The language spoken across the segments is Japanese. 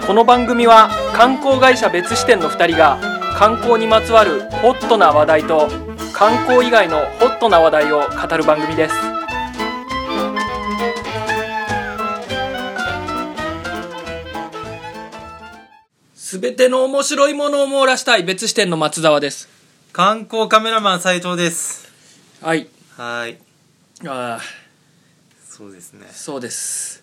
この番組は観光会社別支店の2人が観光にまつわるホットな話題と観光以外のホットな話題を語る番組です。すべての面白いものを網羅したい別支店の松沢です。 観光カメラマン斉藤です。 はい。 はい。 ああ、 そうですね。 そうです。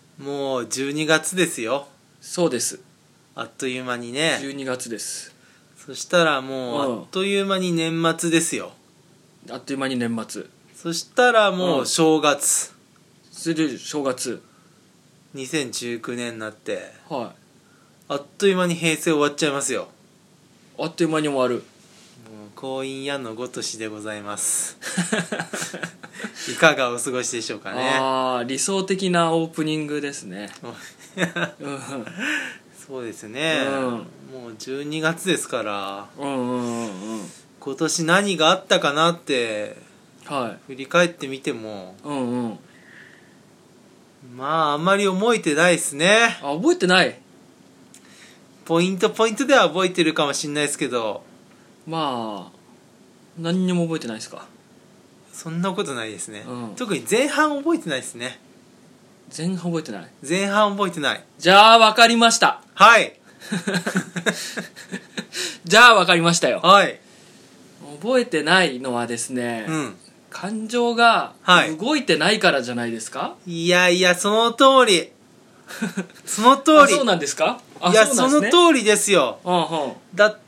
もう12月ですよ。 そうです。 あっという間にね。 12月です。 そしたらもうあっという間に年末ですよ。 あっという間に年末。 そしたらもう正月。 それで正月。 2019年になって。 はい。 あっという間に平成終わっちゃいますよ。 あっという間に終わる。 もう婚姻矢のごとしでございますいかがお過ごしでしょうかね。 ああ、理想的なオープニングですねそうですね、もう12月ですから、今年何があったかなって振り返ってみても、まああんまり覚えてないですね。 あ、覚えてない。 ポイントでは覚えてるかもしれないですけど、 まあ何にも覚えてないですか。 そんなことないですね、特に前半覚えてないですね。 前半覚えてない。 前半覚えてない。 じゃあ分かりました。 はいじゃあ分かりましたよ。 はい。 覚えてないのはですね、感情が動いてないからじゃないですか。 いやいや、その通りその通り。 そうなんですか。 いや、その通りですよ。だって、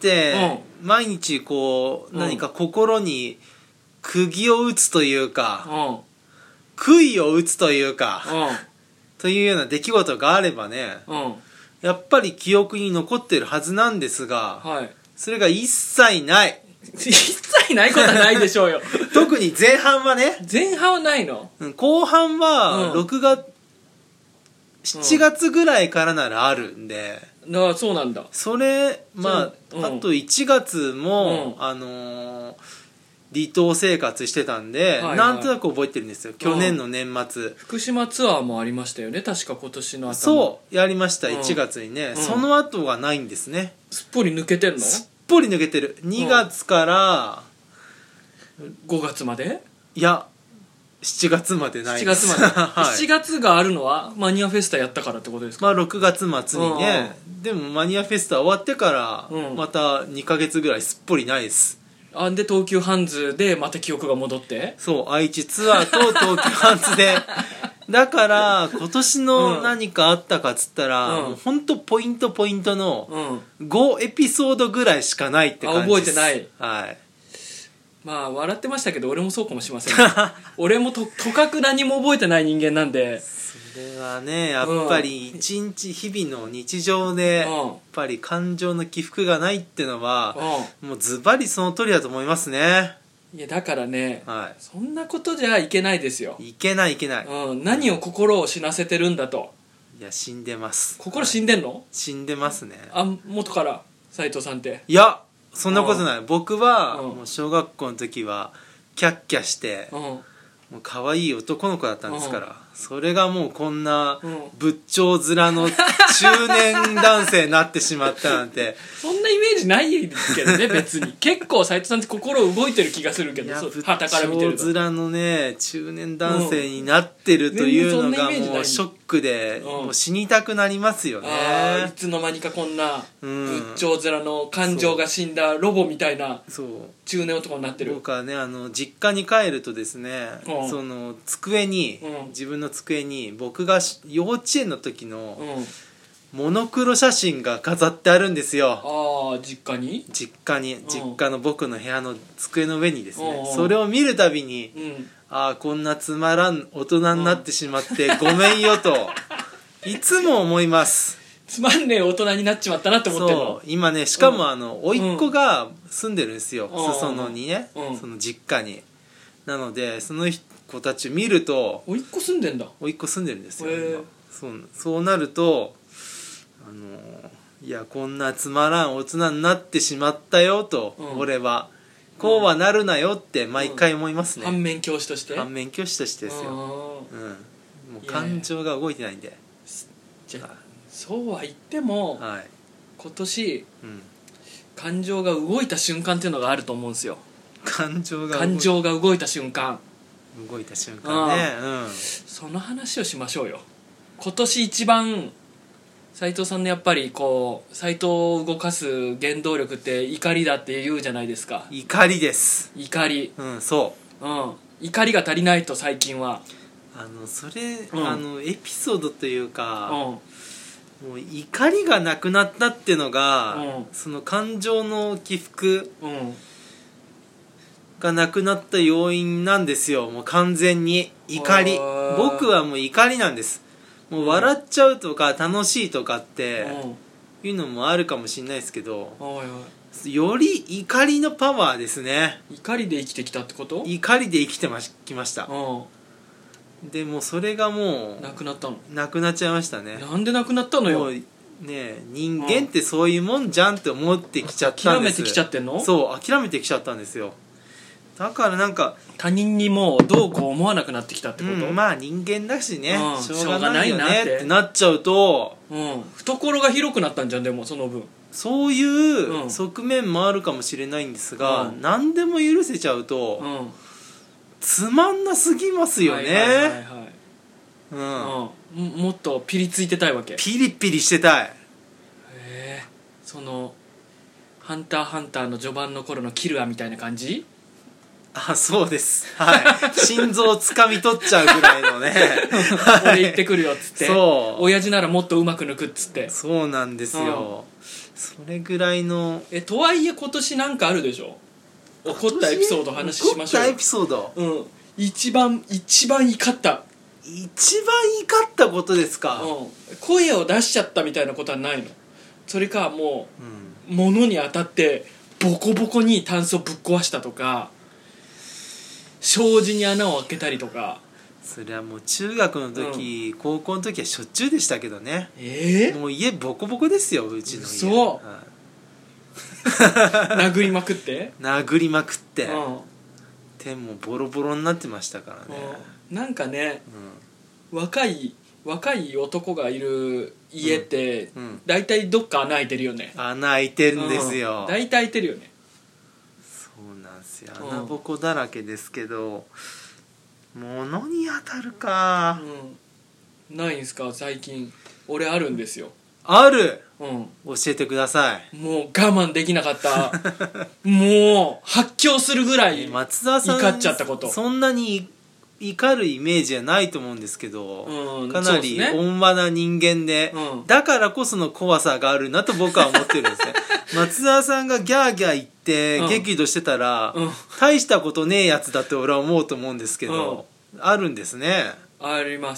毎日こう何か心に釘を打つというか、杭を打つというか、というような出来事があればね、やっぱり記憶に残ってるはずなんですが、それが一切ない。 一切ないことはないでしょうよ特に前半はね。 前半はないの。 後半は6月、7月ぐらいからならあるんで。 あ、そうなんだ。 それまあ、あと1月も、離島生活してたんで、なんとなく覚えてるんですよ。去年の年末、 福島ツアーもありましたよね、確か今年の頭。 そうやりました、1月にね、その後がないんですね。 すっぽり抜けてんの。 すっぽり抜けてる。2月から 5月まで。 いや7月までないです。7月まで、7月があるのはマニアフェスタやったからってことですか。 まあ6月末にね、でもマニアフェスタ終わってからまた2ヶ月ぐらいすっぽりないです。 で東急ハンズでまた記憶が戻って、 そう愛知ツアーと東急ハンズでだから今年の何かあったかっつったら、もうほんとポイントの5エピソードぐらいしかないって感じです。 覚えてない。はい。まあ笑ってましたけど、俺もそうかもしれません俺もとかく何も覚えてない人間なんで。 それはね、やっぱり一日日々の日常でやっぱり感情の起伏がないってのはもうズバリその通りだと思いますね。 いやだからね、そんなことじゃいけないですよ。 いけない、 何を心を死なせてるんだと。 いや死んでます。 心死んでんの。 死んでますね。 元から斉藤さんって。 いやそんなことない。僕はもう小学校の時はキャッキャしてもう可愛い男の子だったんですから、それがもうこんな仏頂面の中年男性になってしまったなんてそんなイメージないですけどね別に結構斉藤さんって心動いてる気がするけど、旗から見てると仏頂面のね中年男性になってるというのがもうショックで、もう死にたくなりますよね。 いつの間にかこんな仏頂面の感情が死んだロボみたいな中年男になってる。 僕はね実家に帰るとですね、その机に、自分の机に僕が幼稚園の時のモノクロ写真が飾ってあるんですよ。 実家の僕の部屋の机の上にですね、それを見るたびに、こんなつまらん大人になってしまってごめんよといつも思います。 つまんねえ大人になっちまったなって思ってるの。 そう今ね、しかも甥っ子が住んでるんですよ、裾野にね、その実家に。なのでその子たち見ると、 甥っ子住んでんだ。 甥っ子住んでるんですよ今。そうなるといやこんなつまらん大人になってしまったよと、俺はこうはなるなよって毎回思いますね。 反面教師としてですよ。もう感情が動いてないんで。 じゃあそうは言っても、 はい、 今年うん、 感情が動いた瞬間っていうのがあると思うんですよ。 感情が動いた瞬間ね、うん、 その話をしましょうよ。今年一番斉藤さんのやっぱりこう斉藤を動かす原動力って怒りだって言うじゃないですか。 怒りです。 怒り、 そう、 怒りが足りないと最近はそれ、エピソードというか、もう怒りがなくなったっていうのが、その感情の起伏がなくなった要因なんですよ。もう完全に怒り。僕はもう怒りなんです。もう笑っちゃうとか楽しいとかっていうのもあるかもしれないですけど、より怒りのパワーですね。 怒りで生きてきたってこと？ 怒りで生きてきました。でもそれがもうなくなったの？ なくなっちゃいましたね。 なんでなくなったのよ。 もうね、人間ってそういうもんじゃんって思ってきちゃったんです。 諦めてきちゃってんの？ そう、諦めてきちゃったんですよ。だからなんか他人にもうどうこう思わなくなってきたってこと？ まあ人間だしね、 ししょうがないよねってってなっちゃうと、 懐が広くなったんじゃん。でもその分そういう側面もあるかもしれないんですが、何でも許せちゃうと、つまんなすぎますよね。 もっとピリついてたいわけ？ ピリピリしてたい。 そのハンターハンターの序盤の頃のキルアみたいな感じ？ そうです、はい、心臓をつかみ取っちゃうぐらいのね俺行ってくるよっつって、親父ならもっとうまく抜くっつって。そうなんですよ、それぐらいのとはいえ今年なんかあるでしょ？起こったエピソード話しましょうよ。 起こったエピソード、 一番怒ったことですか？ 声を出しちゃったみたいなことはないの？それかもう、物に当たってボコボコにタンスをぶっ壊したとか、障子に穴を開けたりとか。 それはもう中学の時、高校の時はしょっちゅうでしたけどね。もう家ボコボコですよ、うちの家。 そう、殴りまくって手もボロボロになってましたからね。 なんかね、若い男がいる家って大体どっか穴開いてるよね。 穴開いてるんですよ。 大体開いてるよね。 そうなんですよ。穴ぼこだらけですけど、物に当たるか、 ないんすか？最近俺あるんですよ。 ある、教えてください。 もう我慢できなかったもう発狂するぐらい松田さん怒っちゃったこと。 そんなに怒るイメージはないと思うんですけど、かなり温和な人間で、だからこその怖さがあるなと僕は思ってるんですね松田さんがギャーギャー言って激怒してたら、大したことねえやつだって俺は思うと思うんですけど、あるんですね。 あります。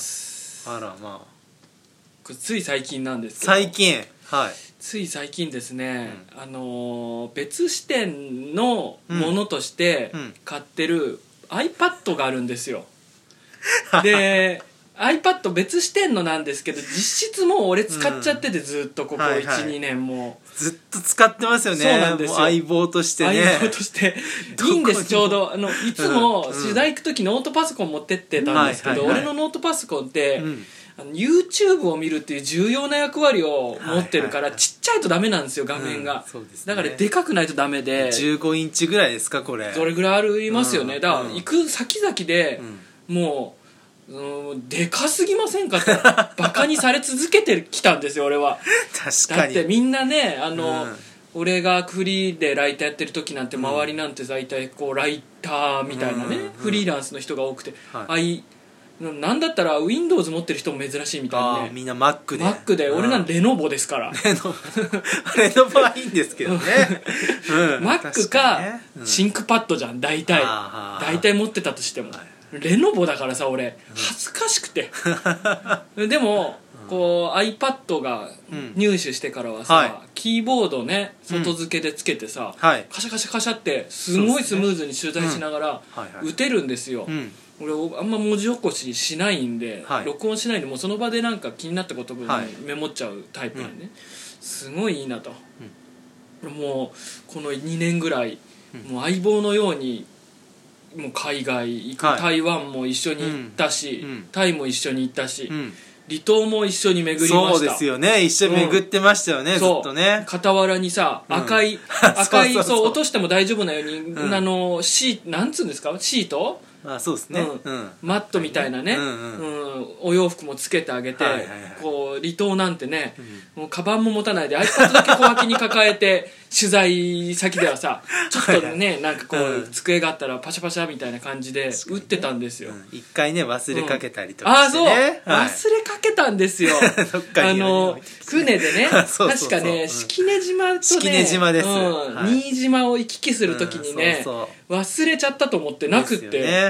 あら、まあこれつい最近なんですけど、つい最近ですね、別支店のものとして買ってる iPad があるんですよ。でiPad 別支店のなんですけど、実質もう俺使っちゃってて、ずっとここ 1,2 年もずっと使ってますよね。 そうなんですよ。 相棒としてね。 相棒としていいんです。ちょうどいつも取材行く時ノートパソコン持ってってたんですけど、俺のノートパソコンって、YouTube を見るっていう重要な役割を持ってるから、ちっちゃいとダメなんですよ、画面が。だからでかくないとダメで。 15インチぐらいですか、これ。 それぐらいありますよね。だから行く先々で、もうでかすぎませんかとバカにされ続けてきたんですよ、俺は。 確かに。 だってみんなね、俺がフリーでライターやってる時なんて、周りなんて大体こうライターみたいなね、フリーランスの人が多くて、なんだったら Windows 持ってる人も珍しいみたいなね。 みんな Mac で。 Mac で、俺なんレノボですから。 レノボはいいんですけどね。 Mac かシンクパッドじゃん、大体持ってたとしても。レノボだからさ、俺恥ずかしくてでもこう iPad が入手してからはさ、キーボードね、外付けでつけてさ、カシャカシャカシャってすごいスムーズに取材しながら打てるんですよ。俺あんま文字起こししないんで、録音しないで、もうその場でなんか気になったことにメモっちゃうタイプなんでね、すごいいいなと。もうこの2年ぐらいもう相棒のように、もう海外行く、台湾も一緒に行ったし、タイも一緒に行ったし、 離島も一緒に巡りました。 そうですよね、一緒に巡ってましたよね、ずっとね。 傍らにさ、赤いそう落としても大丈夫なように、なんつうんですか、シート、 そうですね、 マットみたいなね、お洋服もつけてあげて、こう離島なんてね、もうカバンも持たないで iPad だけ小脇に抱えて取材先ではさ、ちょっとねなんかこう机があったらパシャパシャみたいな感じで打ってたんですよ。 一回ね忘れかけたりとかしてね。 忘れかけたんですよ。船でね、確かね式根島とね、 式根島です、 新島を行き来する時にね、忘れちゃったと思ってなくって、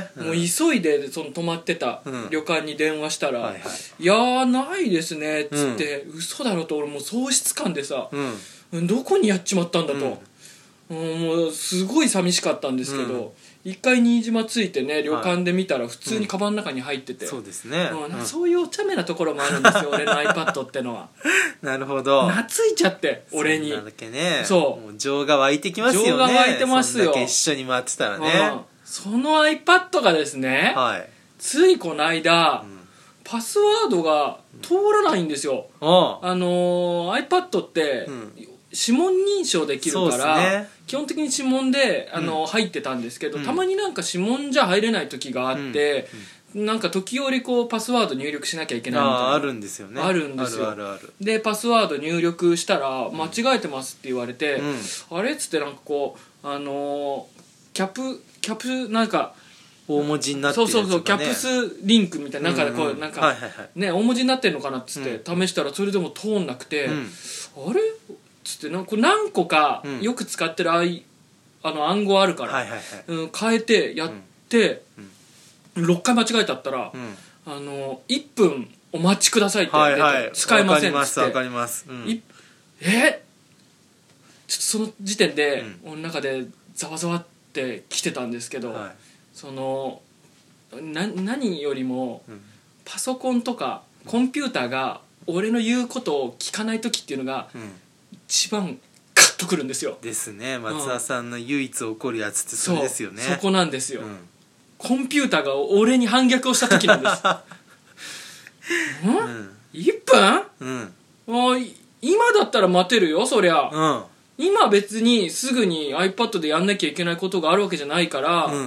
もう急いでその泊まってた旅館に電話したら「いやーないですね」っつって「嘘だろ」と、俺もう喪失感でさ、どこにやっちまったんだと、もうすごい寂しかったんですけど、一回新島着いてね旅館で見たら普通にカバンの中に入ってて、 そうですね、 そういうお茶目なところもあるんですよ俺の iPad ってのは。 なるほど、 懐いちゃって俺に。 そんだけね、 そうもう情が湧いてきますよね。 情が湧いてますよ。 そんだけ一緒に回ってたらね、 その iPad がですね、ついこの間、パスワードが通らないんですよ。iPad って、指紋認証できるから、基本的に指紋で入ってたんですけど、たまになんか指紋じゃ入れない時があって、なんか時折こうパスワード入力しなきゃいけないみたいな。 あるんですよね。 あるんですよ。でパスワード入力したら間違えてますって言われて、あれっつってなんかこうキャプなんか大文字になってるやつとかね、 そうキャプスリンクみたいな、なんかこうなんかね大文字になってるのかなっつって試したらそれでも通んなくて、あれつってこれ何個かよく使ってる暗号あるから、変えてやって、6回間違えたったら、1分お待ちくださいって出て、使えませんっつって。 わかります。 ちょっとその時点で俺の中でざわざわって来てたんですけど、その何よりもパソコンとかコンピューターが俺の言うことを聞かない時っていうのが一番カッとくるんですよ。 ですね、松田さんの唯一起こるやつってそれですよね。 そこなんですよ、コンピューターが俺に反逆をした時なんです。1分、もう今だったら待てるよそりゃ、今別にすぐに iPad でやんなきゃいけないことがあるわけじゃないから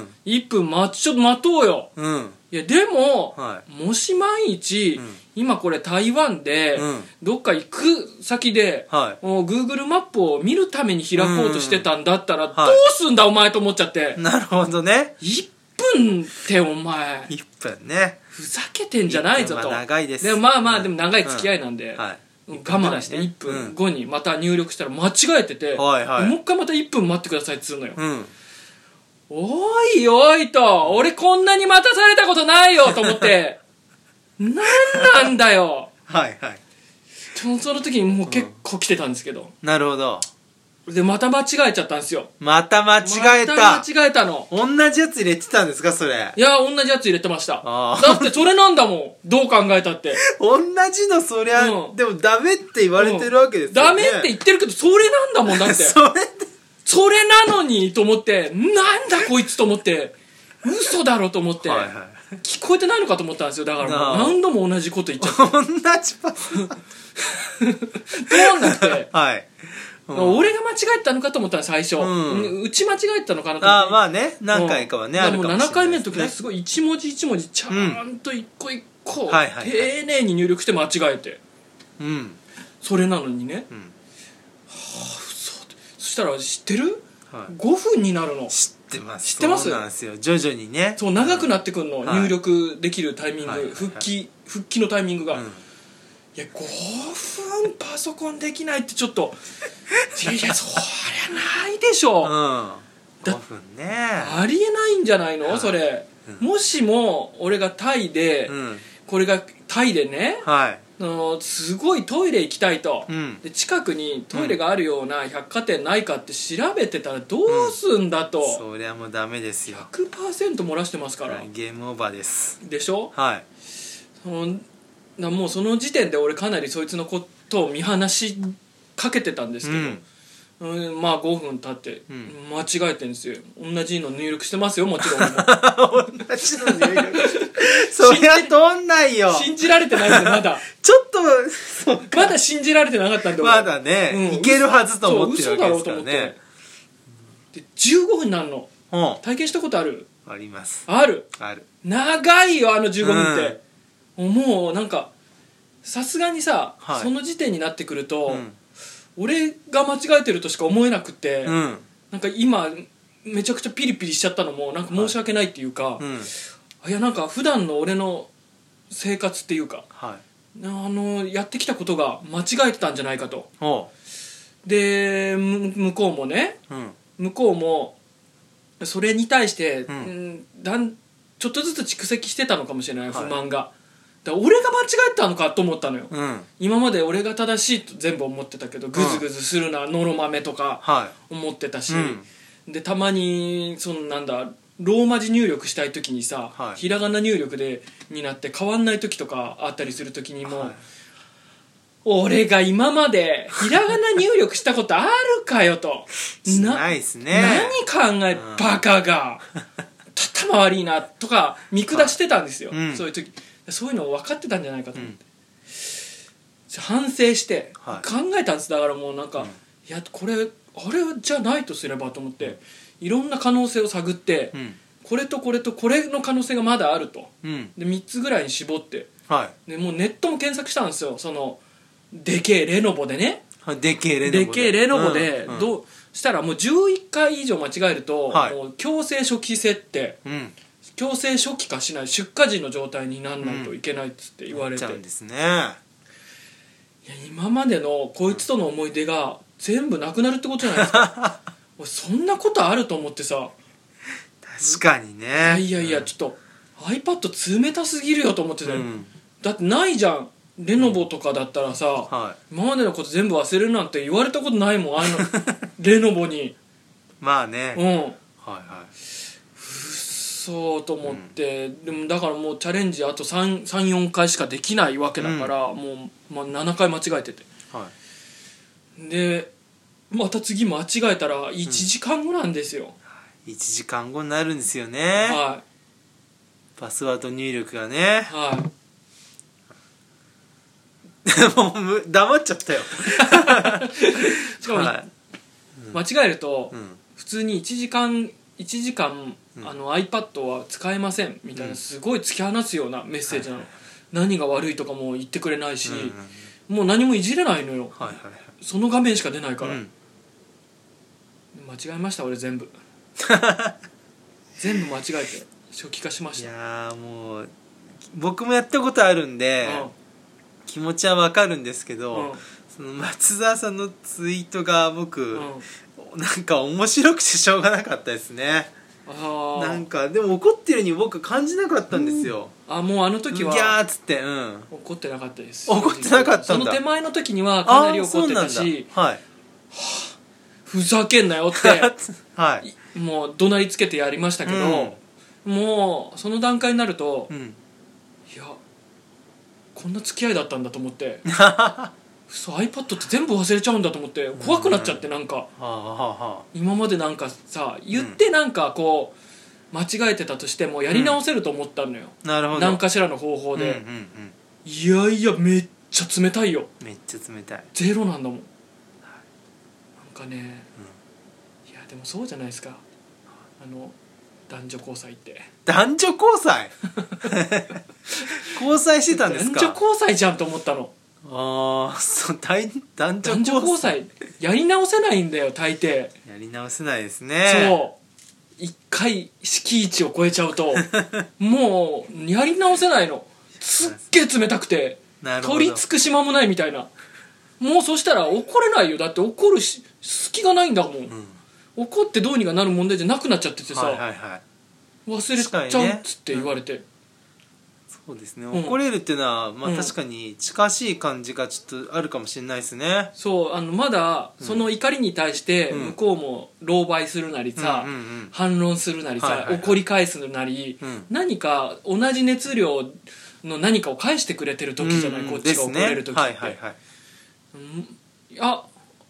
、1分ちょっと待とうよ、いやでも、もし万一、今これ台湾で、どっか行く先で、もう Google マップを見るために開こうとしてたんだったら、どうすんだお前と思っちゃって。 なるほどね。 1分ってお前 1分ね、 ふざけてんじゃないぞと。 長いです。 でもでも長い付き合いなんで、我慢して1分後にまた入力したら間違えてて、もう一回また1分待ってくださいっつうのよ。おいおいと、俺こんなに待たされたことないよと思ってなんなんだよ。その時にもう結構来てたんですけど、 なるほど。 でまた間違えちゃったんですよ。 また間違えた。 また間違えたの。 同じやつ入れてたんですかそれ。 いや同じやつ入れてました。だってそれなんだもん、どう考えたって。 同じのそりゃ、でもダメって言われてるわけですよね。 ダメって言ってるけどそれなんだもん。だってそれなのにと思って、なんだこいつと思って、嘘だろと思って、聞こえてないのかと思ったんですよ。だからもう何度も同じこと言っちゃって。 同じパス通んなくて、俺が間違えたのかと思ったら最初、うち間違えたのかなと思って。 まあね、何回かはね、あるかもしれないですね。 7回目の時はすごい一文字一文字ちゃんと一個一個丁寧に入力して間違えて、それなのにね、そしたら知ってる、5分になるの。知ってます。 そうなんですよ、徐々にね。 そう長くなってくるの、入力できるタイミング、復帰のタイミングが、いや5分パソコンできないってちょっといやそりゃないでしょ、 5分ねありえないんじゃないの、それ、もしも俺がタイで、これがタイでね、すごいトイレ行きたいと、で近くにトイレがあるような百貨店ないかって調べてたらどうすんだと、 そりゃもうダメですよ。 100% 漏らしてますから、 ゲームオーバーですでしょ。もうその時点で俺かなりそいつのことを見放しかけてたんですけど、 まあ5分経って、間違えてるんですよ。同じの入力してますよ、もちろん。 同じの入力そりゃ通んないよ。 信じられてないんで、まだ。 ちょっと、そうか。 まだ信じられてなかったんで、 まだね、いけるはずと思ってるわけですからね。 嘘だろうと思って。で、15分になるの。体験したことある？ あります。 ある？ ある。 長いよ、あの15分って。もう、なんか、さすがにさ、その時点になってくると、俺が間違えてるとしか思えなくて、なんか今めちゃくちゃピリピリしちゃったのもなんか申し訳ないっていうか、いやなんか普段の俺の生活っていうか、やってきたことが間違えてたんじゃないかと。で向こうもね、向こうもそれに対して、ちょっとずつ蓄積してたのかもしれない、不満が。俺が間違えたのかと思ったのよ、今まで俺が正しいと全部思ってたけど、グズグズするな、のろまめとか思ってたし、でたまにそのなんだローマ字入力したい時にさ、ひらがな入力になって変わんない時とかあったりする時にも、俺が今までひらがな入力したことあるかよとないっすね。 何考えバカが頭悪いなとか見下してたんですよ、そういう時。そういうのを分かってたんじゃないかと思って、反省して考えたんです。だからもうなんか、いやこれあれじゃないとすればと思って、いろんな可能性を探って、これとこれとこれの可能性がまだあると、で3つぐらいに絞って、でもうネットも検索したんですよ。そのでけえレノボでね、 でけえレノボで、どうしたらもう11回以上間違えると、もう強制初期設定、強制初期化しない、出荷時の状態にならないといけないっつって言われて、いや今までのこいつとの思い出が全部なくなるってことじゃないですか俺そんなことあると思ってさ。 確かにね。 いやちょっと iPad 冷たすぎるよと思ってたよ、だってないじゃん。レノボとかだったらさ、今までのこと全部忘れるなんて言われたことないもん、あのレノボに。 まあね、 そうと思って、でもだからもうチャレンジあと 3,4 回しかできないわけだから、もう7回間違えてて、でまた次間違えたら1時間後なんですよ、 1時間後になるんですよね。パスワード入力がね。もう黙っちゃったよしかも、間違えると、普通に1時間iPad は使えませんみたいな、すごい突き放すようなメッセージなの、何が悪いとかも言ってくれないし、もう何もいじれないのよ、その画面しか出ないから、間違えました俺全部全部間違えて初期化しました。 いやもう僕もやったことあるんで、気持ちはわかるんですけど、その松沢さんのツイートが僕、なんか面白くてしょうがなかったですね。なんかでも怒ってるに僕感じなかったんですよ、 もうあの時はギャーっつって、 怒ってなかったです。 怒ってなかったんだ。 その手前の時にはかなり怒ってたし、ふざけんなよってもう怒鳴りつけてやりましたけど、もうその段階になると、いやこんな付き合いだったんだと思ってそう iPad って全部忘れちゃうんだと思って怖くなっちゃって、なんか今までなんかさ言ってなんかこう間違えてたとしてもやり直せると思ったのよ、何かしらの方法で、いやいやめっちゃ冷たいよ。 めっちゃ冷たい。 ゼロなんだもん、なんかね、いやでもそうじゃないですか、男女交際って。 男女交際交際してたんですか。 男女交際じゃんと思ったの。 そう男女交際やり直せないんだよ大抵。 やり直せないですね。 そう一回敷地を超えちゃうともうやり直せないの。すっげえ冷たくて取り付く島もないみたいな。もうそしたら怒れないよ。だって怒る隙がないんだもん、怒ってどうにかなる問題じゃなくなっちゃっててさ、忘れちゃうっつって言われて、 そうですね、怒れるっていうのは、確かに近しい感じがちょっとあるかもしれないですね。 そうまだその怒りに対して向こうも狼狽するなりさ、反論するなりさ、怒り返すなり、何か同じ熱量の何かを返してくれてる時じゃない、こっちが怒れる時って。いや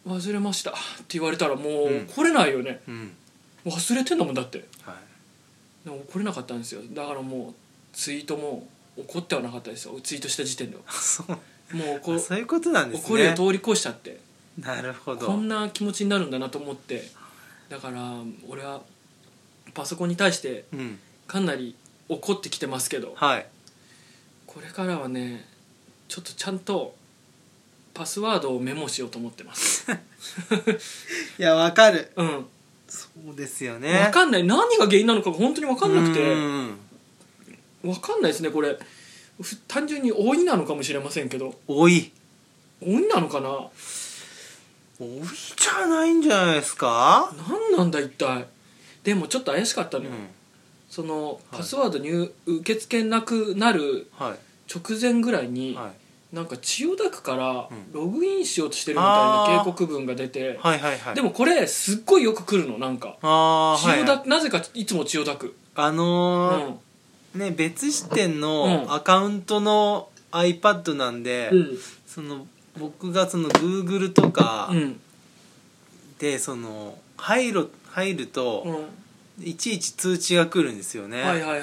忘れましたって言われたらもう来れないよね、忘れてんだもんだって、でも来れなかったんですよ。だからもうツイートも怒ってはなかったですよ、ツイートした時点では。もうそういうことなんですね。 怒りを通り越しちゃって、 なるほど、 こんな気持ちになるんだなと思って、だから俺はパソコンに対してかなり怒ってきてますけど、これからはねちょっとちゃんとパスワードをメモしようと思ってますいやわかる、そうですよね。 分かんない、何が原因なのか本当に分かんなくて、分かんないですね。これ単純に老いなのかもしれませんけど。老いなのかな。老いじゃないんじゃないですか。 何なんだ一体。でもちょっと怪しかったのよ、そのパスワード受け付けなくなる直前ぐらいに、なんか千代田区からログインしようとしてるみたいな警告文が出て、でもこれすっごいよく来るの、なんか千代田区、なぜかいつも千代田区ね、別支店のアカウントの iPad なんで、その僕がその Google とかでその入るといちいち通知が来るんですよね。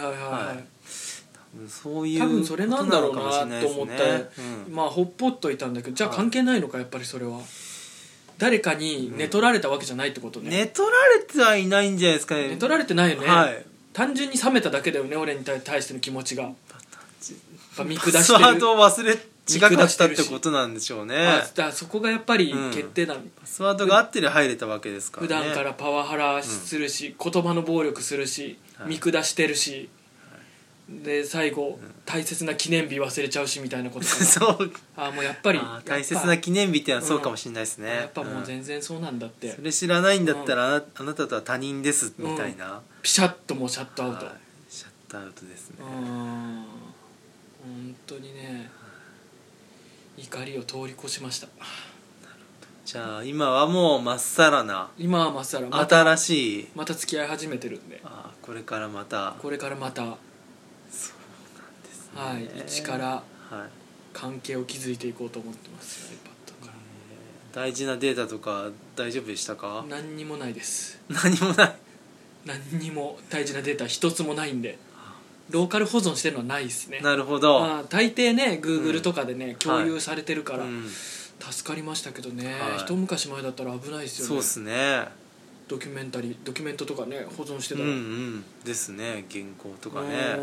そういう多分それなんだろうなと思って、まあほっぽっといたんだけど、じゃあ関係ないのか、やっぱりそれは誰かに寝取られたわけじゃないってことね。 寝取られてはいないんじゃないですかね。 寝取られてないよね、単純に冷めただけだよね、俺に対しての気持ちが。見下してる、パスワードを忘れ違かったってことなんでしょうね。 だそこがやっぱり決定なの、 パスワードがあってりゃ入れたわけですからね。 普段からパワハラするし、言葉の暴力するし、見下してるし、で最後、大切な記念日忘れちゃうしみたいなことかな。そうもうやっぱり大切な記念日っていうのはそうかもしれないですね、 やっぱもう全然そうなんだって、 それ知らないんだったら、あなたとは他人ですみたいな、 ピシャッともうシャットアウト、 シャットアウトですね。 本当にね、怒りを通り越しました。 じゃあ今はもうまっさらな、 今はまっさら新しい、 また付き合い始めてるんで、 これからまたそうなんですね、一から関係を築いていこうと思ってますよ、iPad から。 大事なデータとか大丈夫でしたか？ 何にもないです。 何もない。 何にも大事なデータ一つもないんで、ローカル保存してるのはないですね。 なるほど。 大抵ね Google とかでね、共有されてるから助かりましたけどね、一昔前だったら危ないですよね。 そうですね。 ドキュメントとかね保存してたら、 ですね、原稿とかね。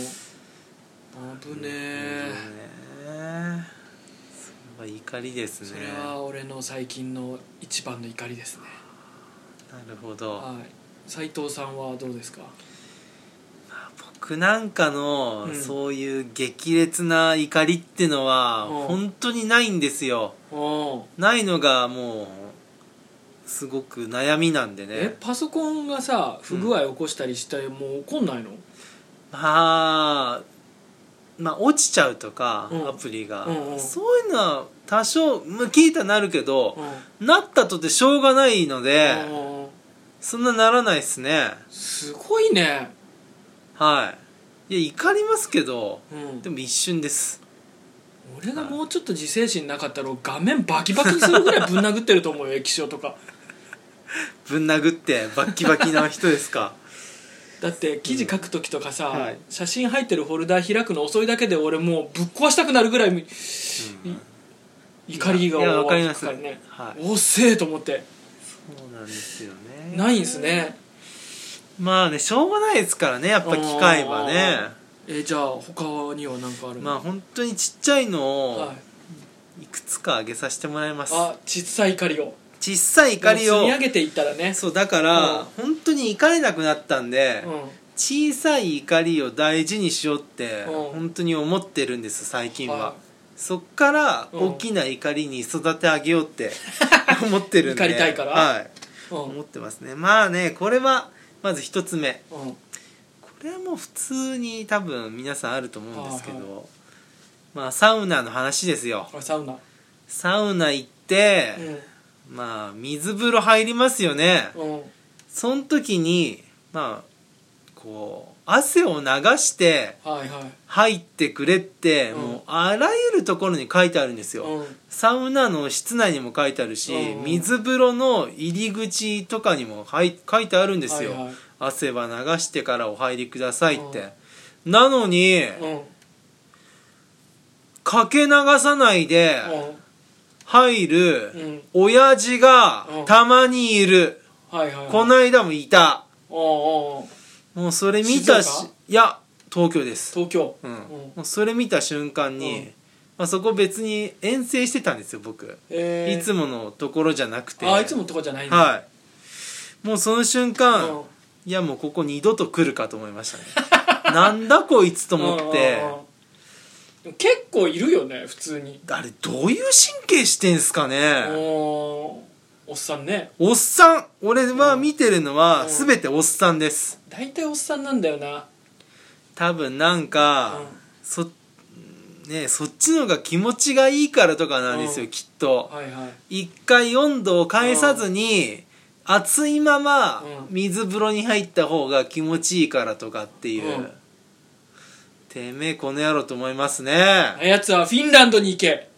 危ねえ。 それは怒りですね。 それは俺の最近の一番の怒りですね。 なるほど。 斉藤さんはどうですか？ 僕なんかのそういう激烈な怒りっていうのは本当にないんですよ。ないのがもうすごく悩みなんでね。 パソコンがさ不具合起こしたりしてもう怒んないの？ まあ落ちちゃうとか、アプリが、そういうのは多少聞いたらなるけど、なったとてしょうがないので、そんなならないですね。 すごいね。 いや怒りますけど、でも一瞬です。 俺がもうちょっと自制心なかったら画面バキバキにするぐらいぶん殴ってると思うよ液晶とかぶん殴ってバッキバキな人ですか？ だって記事書く時とかさ、写真入ってるフォルダー開くの遅いだけで俺もうぶっ壊したくなるぐらい、怒りが分かりますね、おっせえと思って。 そうなんですよね。 ないんすね。 まあね、しょうがないですからね、やっぱ機械はね。 じゃあ他には何かあるの？ まあ本当にちっちゃいのをいくつか挙げさせてもらいます。 小さい怒りを積み上げていったらね。 そうだから、本当に怒れなくなったんで、小さい怒りを大事にしようって本当に思ってるんです最近は。そっから大きな怒りに育て上げようって思ってるんで怒りたいから、 思ってますね。まあね、これはまず一つ目、これはもう普通に多分皆さんあると思うんですけど、まあサウナの話ですよ。サウナ行って、まあ水風呂入りますよね。その時にまあこ汗を流して入ってくれって、もうあらゆるところに書いてあるんですよ、サウナの室内にも書いてあるし、水風呂の入り口とかにも書いてあるんですよ、汗は流してからお入りくださいって、なのに、かけ流さないで入る親父がたまにいる、この間もいた。もうそれ見たし、いや東京です。 東京、 もうそれ見た瞬間に、そこ別に遠征してたんですよ僕、いつものところじゃなくて。 いつものところじゃないんだ。 もうその瞬間、いやもうここ二度と来るかと思いましたねなんだこいつと思って。 結構いるよね普通に。 あれどういう神経してんすかね。 おっさんね。 おっさん、俺は見てるのは全ておっさんです。 大体おっさんなんだよな多分なんか、そっちのが気持ちがいいからとかなんですよ、きっと。一回温度を返さずに熱いまま水風呂に入った方が気持ちいいからとかっていう、てめえこの野郎と思いますね。 あやつはフィンランドに行け。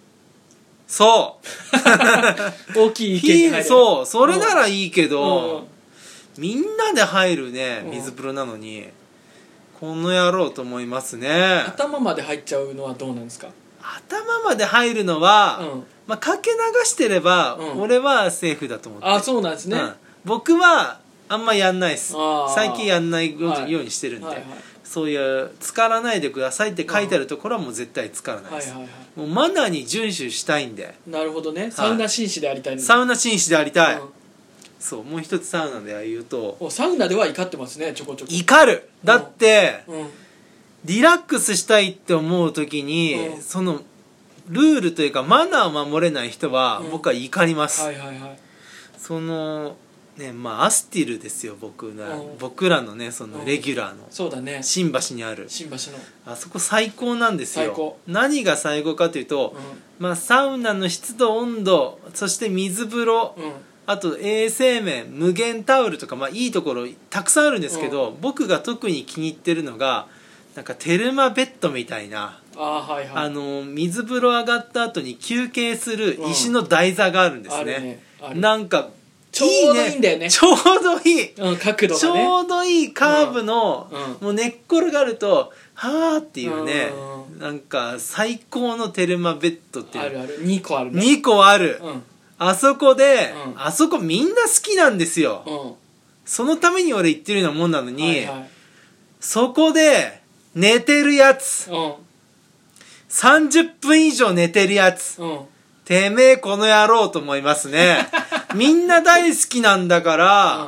そう大きい池に入る。 そうそれならいいけど、みんなで入るね水風呂なのに、この野郎と思いますね。 頭まで入っちゃうのはどうなんですか。 頭まで入るのは、かけ流してれば、俺はセーフだと思って。 そうなんですね、 僕はあんまやんないです。最近やんないようにしてるんで、そういう浸からないでくださいって書いてあるところはもう絶対浸からないです、もうマナーに遵守したいんで。 なるほどね、サウナ紳士でありたいので。 サウナ紳士でありたい、そう、もう一つサウナで言うと、 サウナでは怒ってますね、ちょこちょこ。 怒る。だって、リラックスしたいって思う時に、そのルールというかマナーを守れない人は僕は怒ります。そのね、アスティルですよ、僕らのね、そのレギュラーの、 そうだね、 新橋にある新橋のあそこ最高なんですよ。 最高。 何が最高かというと、サウナの湿度温度、そして水風呂、あと衛生面、無限タオルとか、いいところたくさんあるんですけど、僕が特に気に入ってるのがなんかテルマベッドみたいな、水風呂上がった後に休憩する石の台座があるんですね。なんかちょうどいいんだよね。 ちょうどいい、 角度がね、 ちょうどいいカーブの、もう寝っ転がるとはーっていうね、なんか最高のテルマベッドっていう、 あるある、2個あるね。 2個ある、あそこで、あそこみんな好きなんですよ、そのために俺行ってるようなもんなのに、そこで寝てるやつ、30分以上寝てるやつ、てめえこの野郎と思いますねみんな大好きなんだから、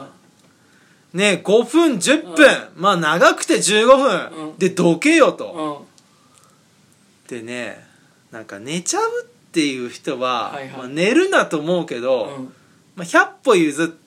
ね、5分10分、長くて15分、でどけよと、でね、なんか寝ちゃうっていう人は、寝るなと思うけど、100歩譲って、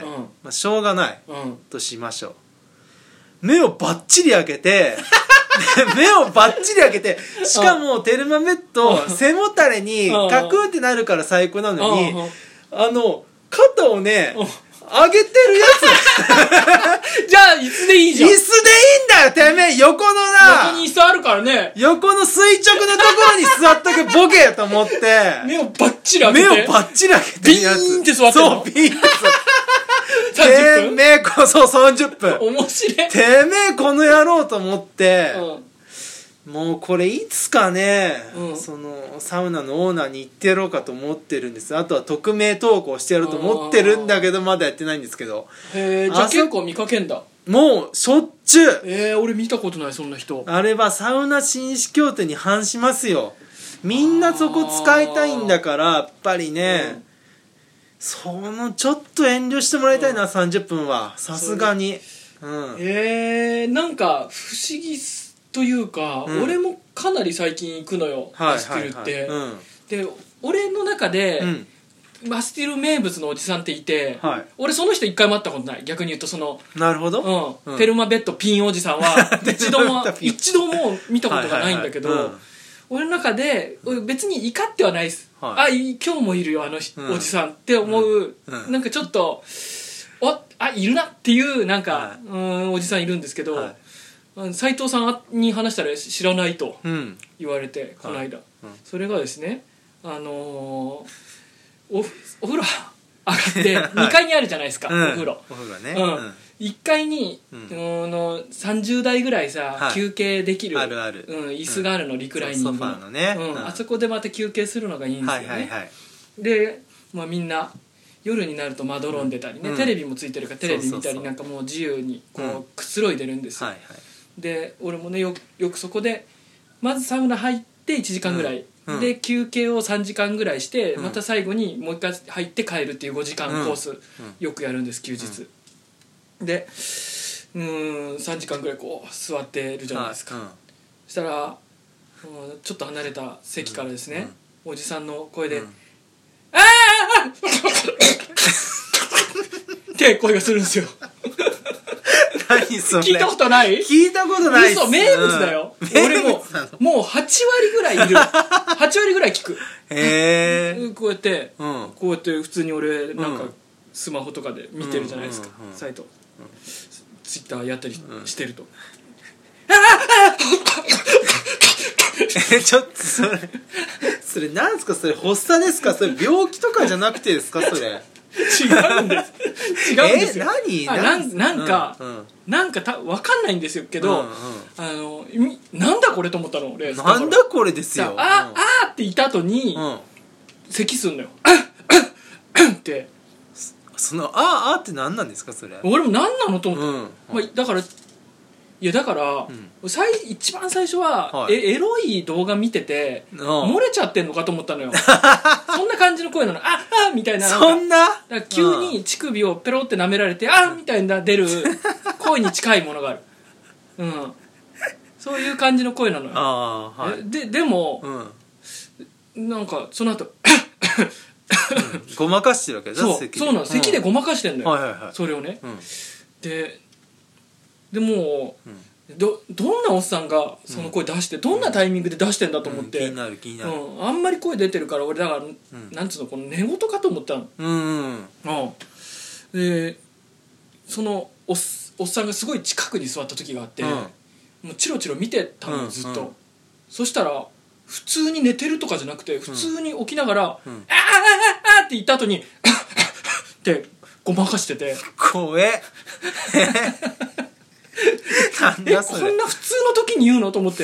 しょうがない、としましょう。目をバッチリ開けて目をバッチリ開けて、しかもテルマベッド背もたれにカクってなるから最高なのに、肩をね上げてるやつじゃあ椅子でいいじゃん。 椅子でいいんだよ、てめえ。横のな、 横に椅子あるからね、 横の垂直のところに座っとけボケと思って目をバッチリ開けて、 目をバッチリ開けてるやつ、 ビーンって座ってるの。 そう、ビーンって座っててめえそう30分面白い。 てめえこの野郎と思って、もうこれいつかね、そのサウナのオーナーに言ってやろうかと思ってるんです。あとは匿名投稿してやろうと思ってるんだけど、まだやってないんですけど。 へえ、じゃあ結構見かけんだ。 もうしょっちゅう。 俺見たことない、そんな人。 あれはサウナ紳士協定に反しますよ。みんなそこ使いたいんだから、やっぱりね、そのちょっと遠慮してもらいたいな、30分はさすがに。 なんか不思議というか、俺もかなり最近行くのよ、アスティルって。で俺の中で、アスティル名物のおじさんっていて、俺その人一回も会ったことない。逆に言うと、そのなるほど、 テルマベッドピンおじさんは一度も見たことがないんだけど、俺の中で別に怒ってはないです、今日もいるよあのおじさんって思う、なんかちょっといるなっていうなんか、おじさんいるんですけど、 斉藤さんに話したら知らないと言われて、この間、それがですね、お風呂上がって2階にあるじゃないですか、お風呂ね、 1階に、30台ぐらいさ、休憩できる椅子があるの、リクライニングの、 ソファーのね、 あそこでまた休憩するのがいいんですよね。で、みんな夜になるとまどろんでたりね、テレビもついてるからテレビ見たりなんかもう自由にこうくつろいでるんですよ。で俺もねよくそこでまずサウナ入って1時間ぐらい、で休憩を3時間ぐらいして、また最後にもう一回入って帰るっていう5時間コース、よくやるんです、休日。で3時間ぐらいこう座ってるじゃないですか。そしたらちょっと離れた席からですね、おじさんの声で「ああ!」って声がするんですよ。 何それ、 聞いたことない？ 聞いたことないっす。 嘘、名物だよ。俺もう8割ぐらいいる。8割ぐらい聞く。 へえ。 こうやって普通に俺なんかスマホとかで見てるじゃないですか、サイト、ツイッターやったりしてると、 ちょっとそれなんですか、それ発作ですか、それ病気とかじゃなくてですか、それ。 違うんですよ。なんか分かんないんですよけど、なんだこれと思ったの俺。 なんだこれですよ。 あーって言った後に咳すんのよ。ってそのあーって何なんですか、それ。 俺も何なのと思って、だから一番最初は、エロい動画見てて漏れちゃってんのかと思ったのよ。そんな感じの声なの。ああみたいな。 そんな急に乳首をペロって舐められて、あみたいな出る声に近いものがある。そういう感じの声なのよ。でも、なんかその後ごまかしてるわけだ。 そうなの、咳でごまかしてんのよ、それをね。でもどんなおっさんがその声出して、どんなタイミングで出してんだと思って、 気になるあんまり声出てるから俺だから、なんつうの、この寝言かと思ったの。でそのおっさんがすごい近くに座った時があって、もうチロチロ見てたのずっと。そしたら普通に寝てるとかじゃなくて、普通に起きながら「ああって言った後にってごまかしてて、 怖え。なんだそれ。 こんな普通の時に言うのと思って。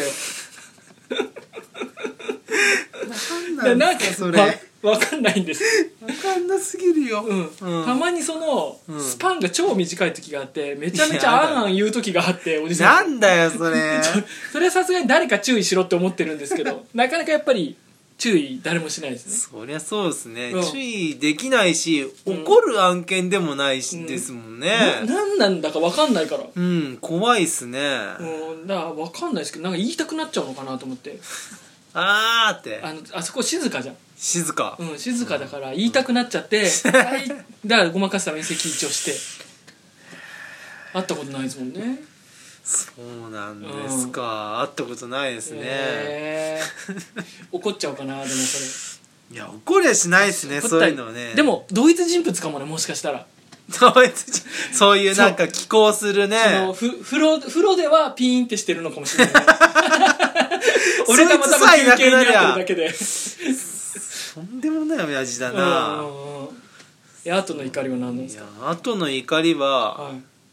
なんかそれ分かんないんです。 分かんなすぎるよ。 たまにそのスパンが超短い時があって、めちゃめちゃあん言う時があって、おじさんなんだよそれ。 それはさすがに誰か注意しろって思ってるんですけど、なかなかやっぱり注意誰もしないですね。 そりゃそうですね、注意できないし、怒る案件でもないしですもんね。 何なんだか分かんないから、 怖いっすね。 だから分かんないですけど、なんか言いたくなっちゃうのかなと思って。 あーって、 あそこ静かじゃん。 静か、 静かだから言いたくなっちゃって、だからごまかすために咳一応して。会ったことないですもんね。 そうなんですか、会ったことないですね。 怒っちゃうかな。でもそれ、いや怒りゃしないですね、そういうのね。 でも同一人物かもね、もしかしたら。 そういうなんか寄稿するね。 風呂ではピーンってしてるのかもしれない。俺がまた休憩になってるだけで。 とんでもない親父だな。 後の怒りは何なんですか？ 後の怒りは、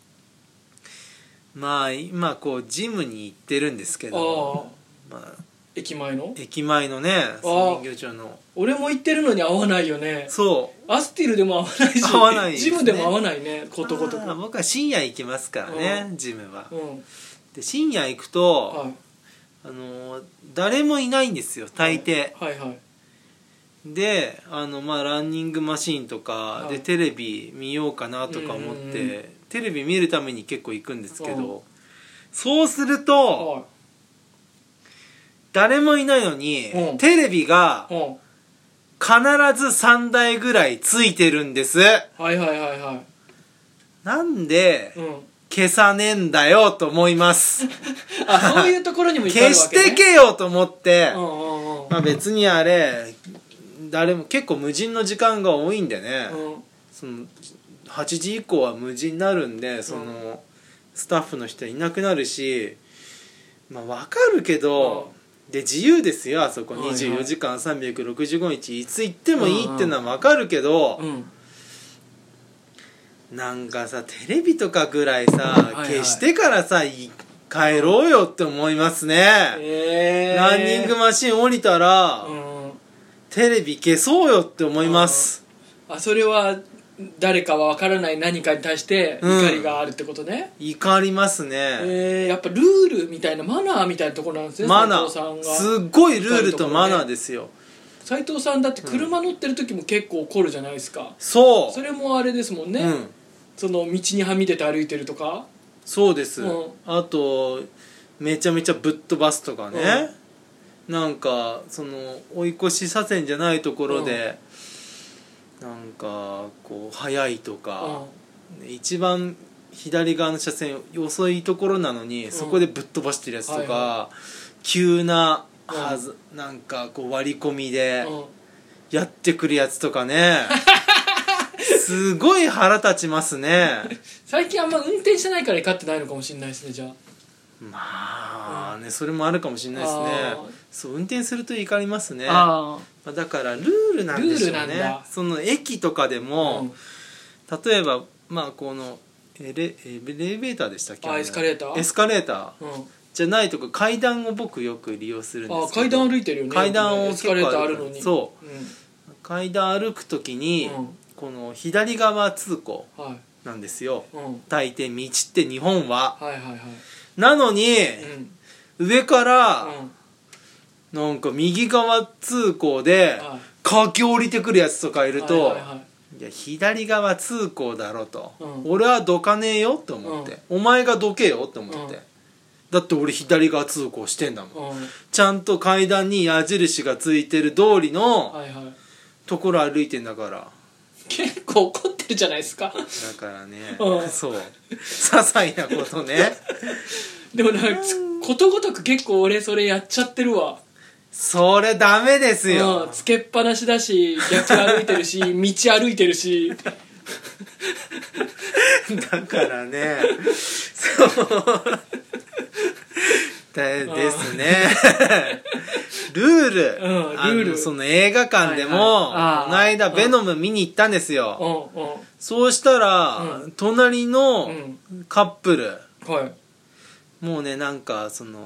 まあ今こうジムに行ってるんですけど、 駅前のね、人形町の。 俺も行ってるのに合わないよね。 そうアスティルでも合わないし、 合わないですね、 ジムでも合わないね、ことごとく。 僕は深夜行きますからね、ジムは。で深夜行くと、誰もいないんですよ、大抵。でランニングマシーンとかでテレビ見ようかなとか思って、テレビ見るために結構行くんですけど、そうすると、誰もいないのに、テレビが必ず3台ぐらいついてるんです。なんで、消さねえんだよと思います。 そういうところにも行かれるわけね。 消してけよと思って、別にあれ誰も結構無人の時間が多いんでね、その8時以降は無人になるんで、そのスタッフの人いなくなるし、 まあ分かるけど、で自由ですよあそこ24時間365日いつ行ってもいいってのは分かるけど、なんかさテレビとかぐらいさ、消してからさ帰ろうよって思いますね、ランニングマシン降りたら、テレビ消そうよって思います。 それは誰かは分からない何かに対して怒りがあるってことね、 怒りますね。 やっぱルールみたいなマナーみたいなところなんですね。 マナーすっごいルールとマナーですよ。 斉藤さんだって車乗ってる時も結構怒るじゃないですか、 それもあれですもんね、その道にはみ出て歩いてるとか。 そうです、あとめちゃめちゃぶっ飛ばすとかね、なんかその追い越し車線じゃないところで、なんかこう速いとか、一番左側の車線遅いところなのに、そこでぶっ飛ばしてるやつとか、急ななんかこう割り込みでやってくるやつとかねすごい腹立ちますね。 最近あんま運転してないから怒ってないのかもしれないですね。じゃあまあね、それもあるかもしれないですね。そう運転すると怒りますね。だからルールなんでしょうね。その駅とかでも、例えばまあこのエレベーターでしたっけ、 エスカレーター、 じゃないとか階段を僕よく利用するんですけど、 階段歩いてるよね。 階段をエスカレーターあるのに、 そう、階段歩くときに、この左側通行なんですよ、大抵道って日本は、なのに、上から、なんか右側通行で駆け下りてくるやつとかいると、いや左側通行だろと、俺はどかねえよって思って、お前がどけよって思って、だって俺左側通行してんだもん、ちゃんと階段に矢印がついてる通りのところ歩いてんだから。 結構怒ってるじゃないですか。だからね、そう些細なことねでもなんかことごとく結構俺それやっちゃってるわ。 それダメですよ、 つけっぱなしだし、逆歩いてるし道歩いてるしだからねそうですねルール、その映画館でも、この間ベノム見に行ったんですよ、そうしたら、隣のカップル、もうねなんかその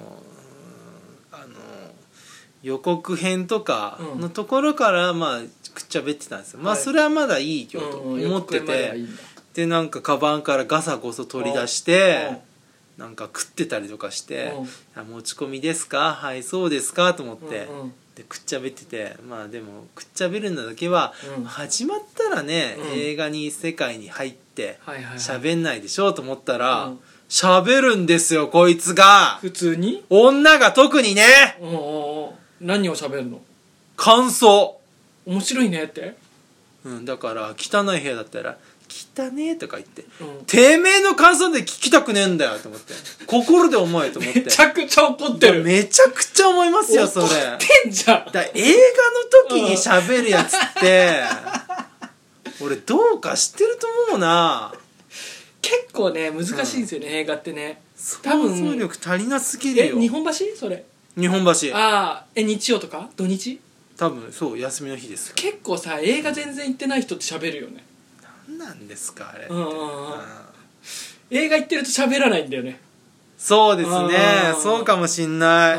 予告編とかのところからまあくっちゃべってたんですよ、まあそれはまだいいよと思ってて、でなんかカバンからガサゴソ取り出してなんか食ってたりとかして「持ち込みですか？はいそうですか?」と思ってでくっちゃべってて、まあでもくっちゃべるのだけは始まったらね、映画に世界に入って喋んないでしょうと思ったら喋るんですよこいつが。 普通に女が特にね。 何を喋るの？ 感想。 面白いねって。 だから汚い部屋だったら汚ねえとか言って、てめえの感想で聞きたくねえんだよと思って、心で思えと思って。 めちゃくちゃ怒ってる。 めちゃくちゃ思いますよそれ。怒ってんじゃん。 だ映画の時に喋るやつって俺どうか知ってると思うな。 結構ね難しいんですよね、映画ってね。 多分想像力足りなすぎるよ。 日本橋それ。 日本橋。 日曜とか土日？ 多分そう休みの日です。 結構さ映画全然行ってない人って喋るよね。 何なんですかあれ。 映画行ってると喋らないんだよね。 そうですね、そうかもしんない。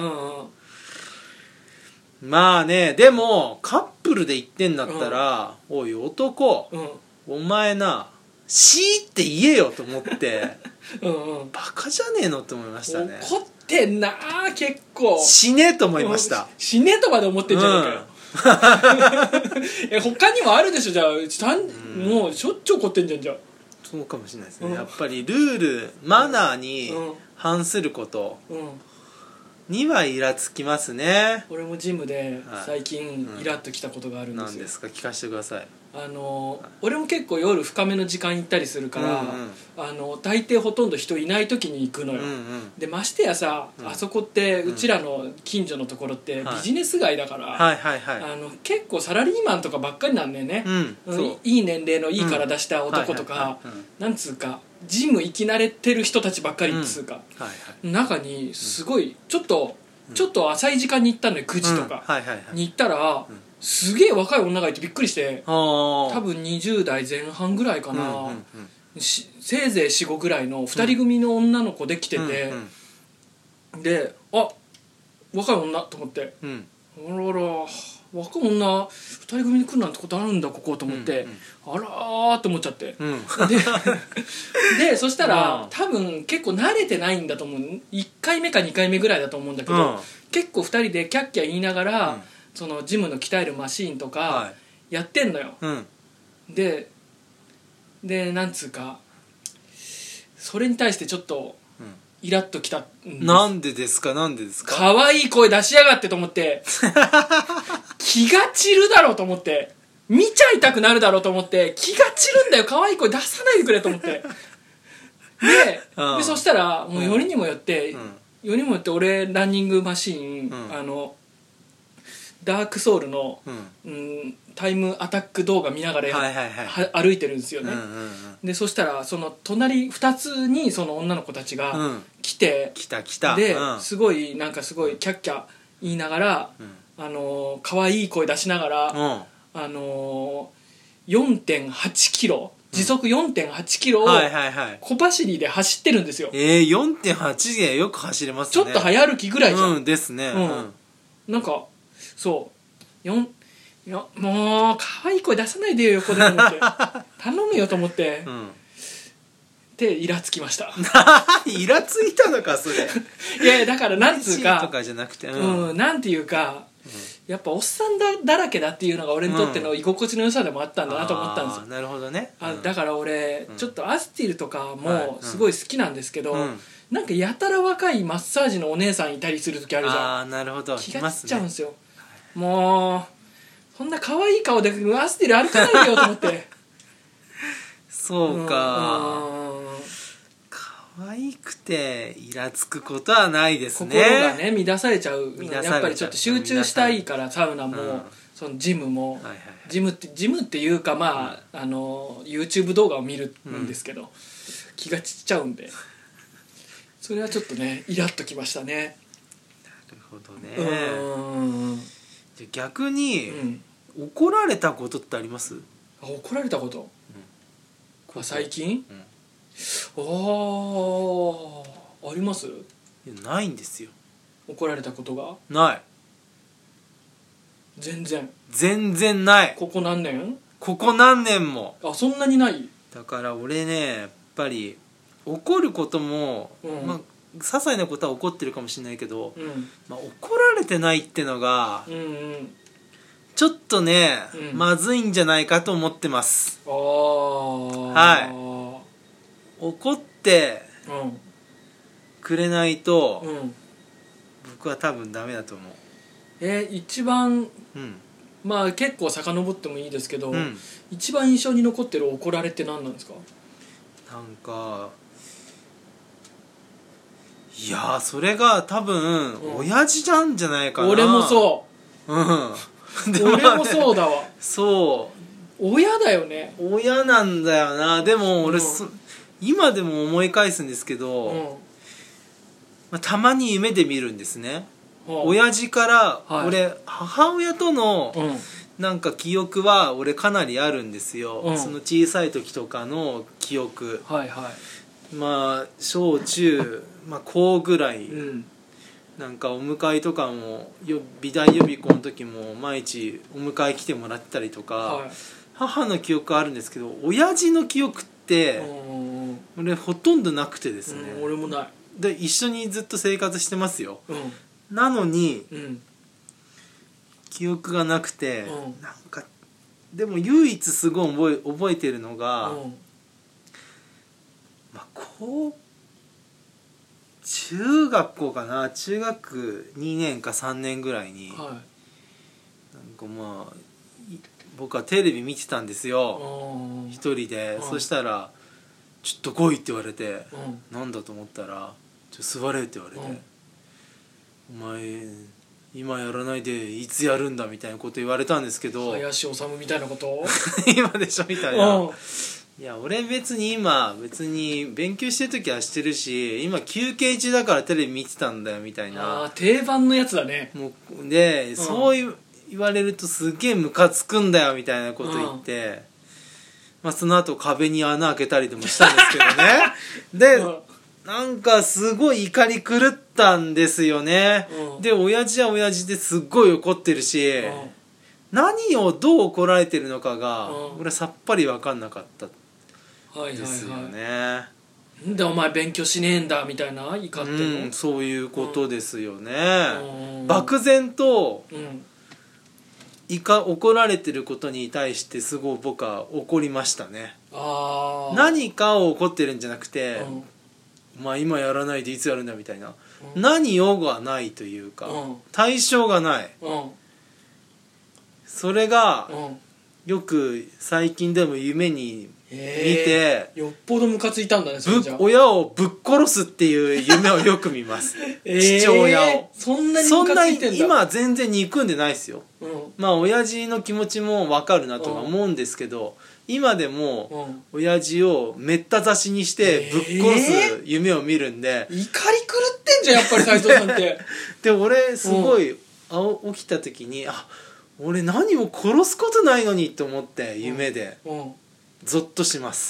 まあね、でもカップルで行ってんだったら、おい男、お前なしーって言えよと思ってバカじゃねえのって思いましたね。 怒ってんな結構。 死ねと思いました。 死ねとまで思ってんじゃねえかよ他にもあるでしょ。じゃあもうしょっちゅう怒ってんじゃん。じゃあそうかもしれないですね、やっぱりルールマナーに反することにはイラつきますね。 俺もジムで最近イラッときたことがあるんですよ。 何ですか聞かせてください。 俺も結構夜深めの時間行ったりするから、大抵ほとんど人いない時に行くのよ、でましてやさ、あそこってうちらの近所のところってビジネス街だから、結構サラリーマンとかばっかりなんだよね、いい年齢のいい体した男とか、なんつうかジム行き慣れてる人たちばっかりっつうか、 はいはい、 中にすごいちょっと浅い時間に行ったのよ、9時とかに行ったら、すげえ若い女がいてびっくりして、多分20代前半ぐらいかな、せいぜい 4,5 ぐらいの2人組の女の子で来てて、であ若い女と思って、あらら若い女2人組に来るなんてことあるんだここと思って、あらーって思っちゃって、でそしたら多分結構慣れてないんだと思う。1回目か2回目ぐらいだと思うんだけど、結構2人でキャッキャ言いながら、そのジムの鍛えるマシーンとかやってんのよ、でなんつうかそれに対してちょっとイラッときたんです。 なんでですか可愛い声出しやがってと思って気が散るだろうと思って、見ちゃいたくなるだろうと思って、気が散るんだよ、可愛い声出さないでくれと思ってでそしたらもうよりにもよって、俺ランニングマシーン、ダークソウルの、タイムアタック動画見ながら歩いてるんですよね、でそしたらその隣2つにその女の子たちが来て、ですごいなんかすごいキャッキャ言いながら、可愛い声出しながら、4.8 キロ時速 4.8 キロを小走りで走ってるんですよ。 4.8 でよく走れますね。 ちょっと早歩きぐらいじゃん、 ですね、 なんかそういやもう可愛い声出さないでよ横でと思って頼むよと思って、でイラつきましたイラついたのかそれいやだからなんつうかとかじゃなくて、 なんていうか、やっぱおっさんだらけだっていうのが俺にとっての居心地の良さでもあったんだなと思ったんですよ。 なるほどね、 だから俺、ちょっとアスティルとかもすごい好きなんですけど、なんかやたら若いマッサージのお姉さんいたりする時あるじゃん。 なるほど、 気が散っちゃうんですよ、もうそんな可愛い顔でアスティル歩かないでよと思ってそうか、可愛くてイラつくことはないですね。 心がね乱されちゃう。やっぱりちょっと集中したいからサウナも、そのジムも、ジムっていうかまあ、YouTube 動画を見るんですけど、気が散っちゃうんでそれはちょっとねイラッときましたね。 なるほどね。じゃ逆に、怒られたことってあります？ 怒られたこと、最近、あります？ ないんですよ。 怒られたことがない。 全然ない。 ここ何年も。 そんなにない。 だから俺ねやっぱり怒ることも、些細なことは怒ってるかもしれないけど、怒られてないってのが、ちょっとね、まずいんじゃないかと思ってます。怒ってくれないと、僕は多分ダメだと思う。 一番、まあ結構遡ってもいいですけど、一番印象に残ってる怒られって何なんですか？ なんかいやそれが多分、親父なんじゃないかな。 俺もそう俺もそうだわ。親だよね。 親なんだよな。でも俺、今でも思い返すんですけど、たまに夢で見るんですね。親父から、俺母親とのなんか記憶は俺かなりあるんですよ、その小さい時とかの記憶、まあ小中、高ぐらい、なんかお迎えとかも美大予備校の時も毎日お迎え来てもらってたりとか、母の記憶あるんですけど、親父の記憶って俺ほとんどなくてですね、 俺もない。 で一緒にずっと生活してますよ、なのに、記憶がなくて、なんかでも唯一すごい覚えてるのが、中学校かな、中学2年か3年ぐらいに、なんか僕はテレビ見てたんですよ一人で、そしたら「ちょっと来い」って言われて、なんだと思ったら「ちょっと座れ」って言われて、お前今やらないでいつやるんだみたいなこと言われたんですけど、 林修みたいなこと今でしょみたいな、 いや俺別に今勉強してる時はしてるし、今休憩中だからテレビ見てたんだよみたいな。 あ定番のやつだね。 もうで、そう言われるとすげえムカつくんだよみたいなこと言って、まあ、その後壁に穴開けたりでもしたんですけどねで、なんかすごい怒り狂ったんですよね。で親父は親父ですっごい怒ってるし、何をどう怒られてるのかが俺はさっぱり分かんなかったですよね。 なんでお前勉強しねえんだみたいな怒ってるの、 そういうことですよね。漠然と、怒られてることに対してすごい僕は怒りましたね。何かを怒ってるんじゃなくて、まあ今やらないでいつやるんだみたいな、何をがないというか、対象がない、それが、よく最近でも夢に見て、 よっぽどムカついたんだね。それじゃ親をぶっ殺すっていう夢をよく見ます父親を。 そんなにムカついてんだ。 今は全然憎んでないですよ、まあ親父の気持ちも分かるなとは思うんですけど、今でも親父をめった刺しにしてぶっ殺す夢を見るんで、 怒り狂ってんじゃんやっぱり斉藤さんってで俺すごい、起きた時に俺何も殺すことないのにと思って夢で、ゾッとします。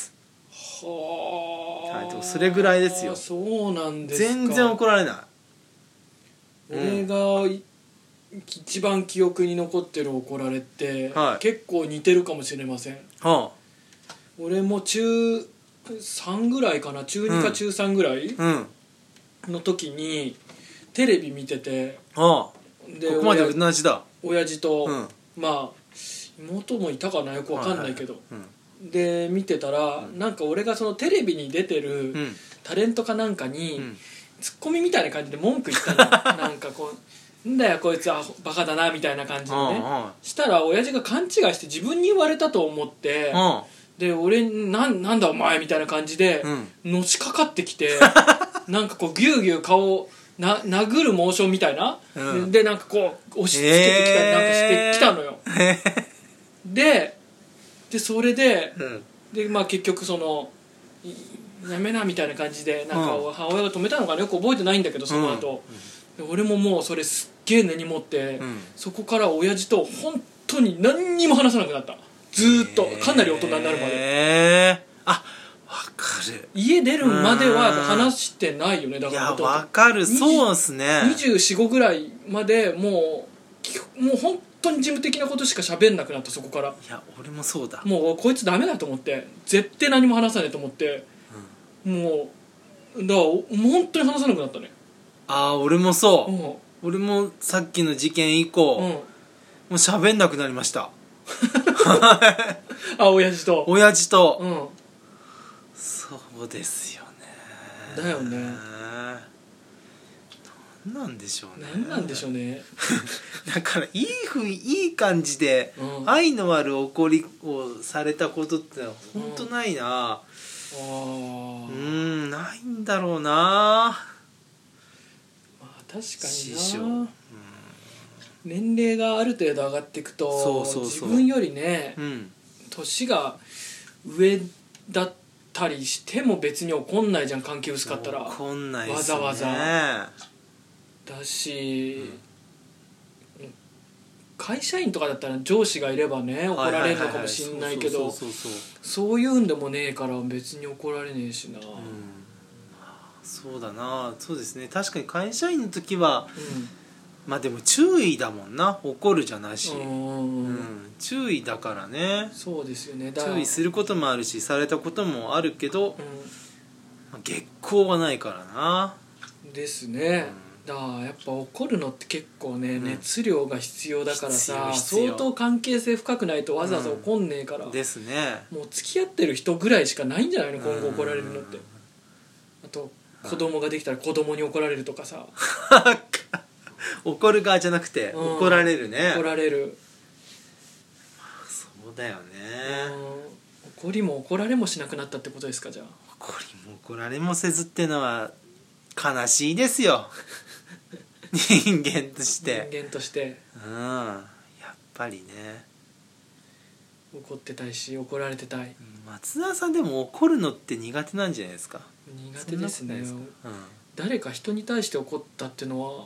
はい、それぐらいですよ。 そうなんですか。 全然怒られない。 俺が一番記憶に残ってる怒られって、結構似てるかもしれません。俺も中3ぐらいかな、中2か中3ぐらいの時にテレビ見てて、でここまで同じだ。 親父と、まあ妹もいたかな、よくわかんないけど、で見てたら、なんか俺がそのテレビに出てるタレントかなんかに、ツッコミみたいな感じで文句言ったのなんかこう、んだよこいつはバカだなみたいな感じでね、したら親父が勘違いして自分に言われたと思って、で俺なんだお前みたいな感じで、のしかかってきてなんかこうギューギュー顔を殴るモーションみたいな、でなんかこう押し付けてきたりなんかしてきたのよ、でそれで、まあ結局そのやめなみたいな感じでなんか母親が止めたのかな、よく覚えてないんだけど、その後、俺ももうそれすっげえ根に持って、そこから親父と本当に何にも話さなくなった。ずーっとかなり大人になるまで。 分かる。 家出るまでは話してないよね。だからいや分かる。そうですね。 24、5ぐらいまでもう本当に事務的なことしか喋んなくなった。そこから。いや俺もそうだ。 もうこいつダメだと思って、絶対何も話さないと思って、もうだから本当に話さなくなったね。 俺もそう、俺もさっきの事件以降、もう喋んなくなりました。親父と、そうですよね。 だよね。 なんでしょうね。 なんなんでしょうね。 だからいい感じで、愛のある怒りをされたことって本当ないな。ないんだろうな。 まあ確かにな。年齢がある程度上がっていくと、自分よりね、年が上だったりしても別に怒んないじゃん、関係薄かったら。 怒んないですね。 わざわざだし、会社員とかだったら上司がいればね怒られるのかもしんないけど、そういうんでもねえから別に怒られねえしな。 そうだな。そうですね。確かに会社員の時は、まあでも注意だもんな。怒るじゃないし、注意だからね。 そうですよね。 注意することもあるし、されたこともあるけど、激高はないからな。 ですね。だからやっぱ怒るのって結構ね、熱量が必要だからさ、相当関係性深くないとわざわざ怒んねえから、 ですね。 もう付き合ってる人ぐらいしかないんじゃないの、今後怒られるのって。あと子供ができたら子供に怒られるとかさ怒る側じゃなくて怒られるね。 怒られる。 そうだよね。 怒りも怒られもしなくなったってことですか。じゃあ怒りも怒られもせずってのは悲しいですよ。人間として。 やっぱりね。 怒ってたいし怒られてたい。 松田さんでも怒るのって苦手なんじゃないですか。 苦手ですね。誰か人に対して怒ったっていうのは、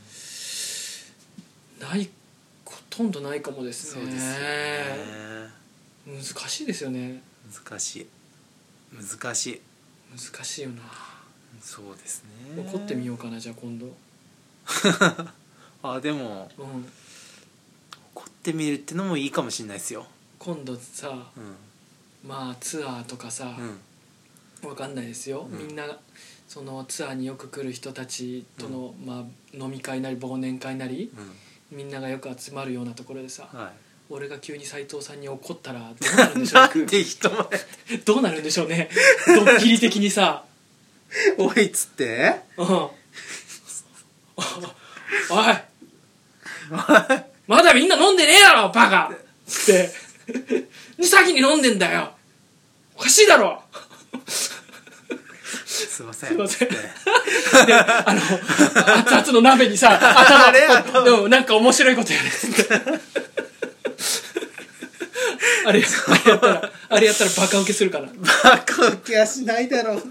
ないほとんどないかもですね。そうですよね。難しいですよね。 難しいよな。 そうですね。 怒ってみようかなじゃあ今度。 でも、怒ってみるってのもいいかもしれないですよ。 今度さ、まあツアーとかさ、わかんないですよ、みんなそのツアーによく来る人たちとの、飲み会なり忘年会なり、みんながよく集まるようなところでさ、俺が急に斉藤さんに怒ったらどうなるんでしょうなんで人前どうなるんでしょうね。ドッキリ的にさおいっつっておいまだみんな飲んでねえだろバカつって先に飲んでんだよおかしいだろすいませんで熱々の鍋にさ頭なんか面白いことやれあれやったらバカ受けするかな。 バカ受けはしないだろう。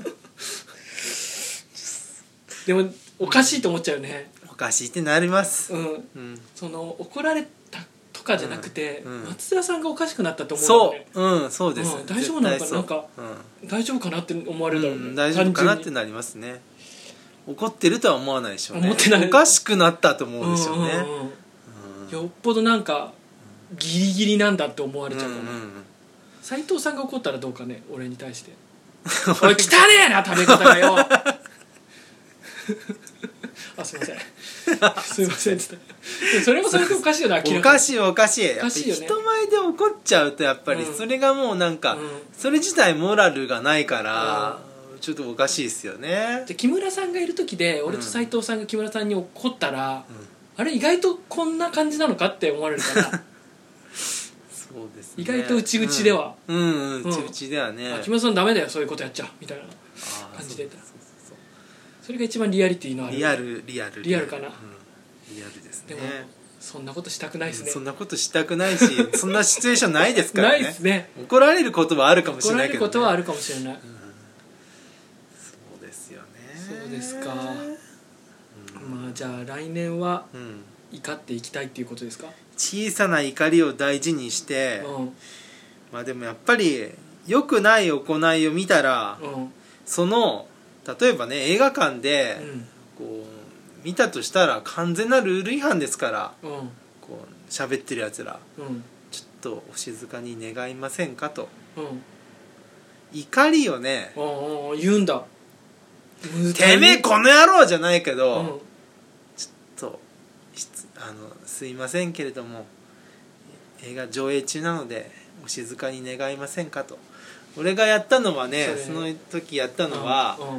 でもおかしいと思っちゃうよね。 おかしいってなります。 その怒られたとかじゃなくて、松田さんがおかしくなったと思うよね。 そうです。 大丈夫なのかな、なんか、大丈夫かなって思われるだろうね。 大丈夫かなってなりますね。怒ってるとは思わないでしょうね。 思ってない。 おかしくなったと思うでしょうね。 よっぽどなんかギリギリなんだって思われちゃうからね。斉藤さんが怒ったらどうかね、俺に対しておい汚ねえな食べ方がよすいませんすいませんってそれもそれでおかしいよな。 おかしいおかしいよね。 人前で怒っちゃうとやっぱりそれがもうなんか、それ自体モラルがないから、ちょっとおかしいですよね。 で木村さんがいる時で俺と斉藤さんが木村さんに怒ったら、あれ意外とこんな感じなのかって思われるからそうですね、 意外と内々では内々ではね、 木村さんダメだよそういうことやっちゃうみたいな感じで、それが一番リアリティのあるリアルかな、 リアルですね。 でもそんなことしたくないですね。 そんなことしたくないしそんなシチュエーションないですからね。 ないですね。 怒られることはあるかもしれないけど、ね、 怒られることはあるかもしれない、 そうですよね。 そうですか、じゃあ来年は怒っていきたいっていうことですか。 小さな怒りを大事にして、でもやっぱり良くない行いを見たら、その例えばね映画館でこう見たとしたら完全なルール違反ですから、こう喋ってるやつら、ちょっとお静かに願いませんかと、怒りをね言うんだ。 てめえこの野郎じゃないけど、ちょっとすいませんけれども映画上映中なのでお静かに願いませんかと。俺がやったのはね、その時やったのは、こ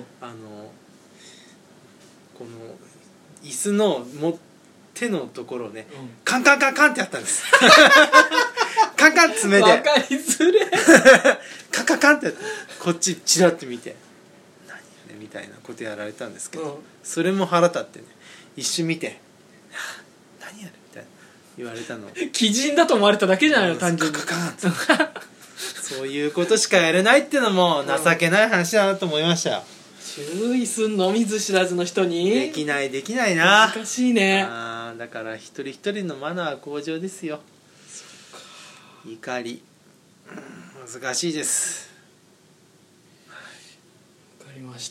の椅子の手のところをね、カンカンカンカンってやったんですカンカン爪で分かりづれカンカンカンってやってこっちチラッと見て何やねみたいなことやられたんですけど、それも腹立ってね一瞬見て何やねみたいな言われたの。 鬼人だと思われただけじゃないの単純に。 カンカンってそういうことしかやれないっていうのも情けない話だなと思いましたよ。 注意すんの見ず知らずの人にできないな。 難しいね。 だから一人一人のマナー向上ですよ。怒り難しいです。 わかりました。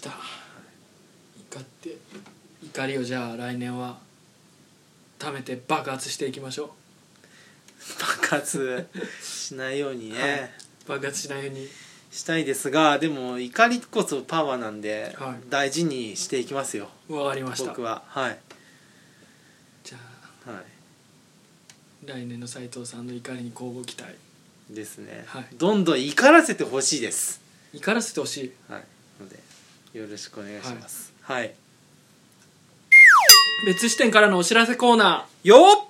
怒りをじゃあ来年は溜めて爆発していきましょう。 爆発しないようにね、 爆発しないようにしたいですが、でも怒りこそパワーなんで、大事にしていきますよ。 わかりました。 僕はじゃあ、来年の斉藤さんの怒りに乞うご期待ですね、どんどん怒らせてほしいです。 怒らせてほしい、 のでよろしくお願いします。 別視点からのお知らせコーナーよっ。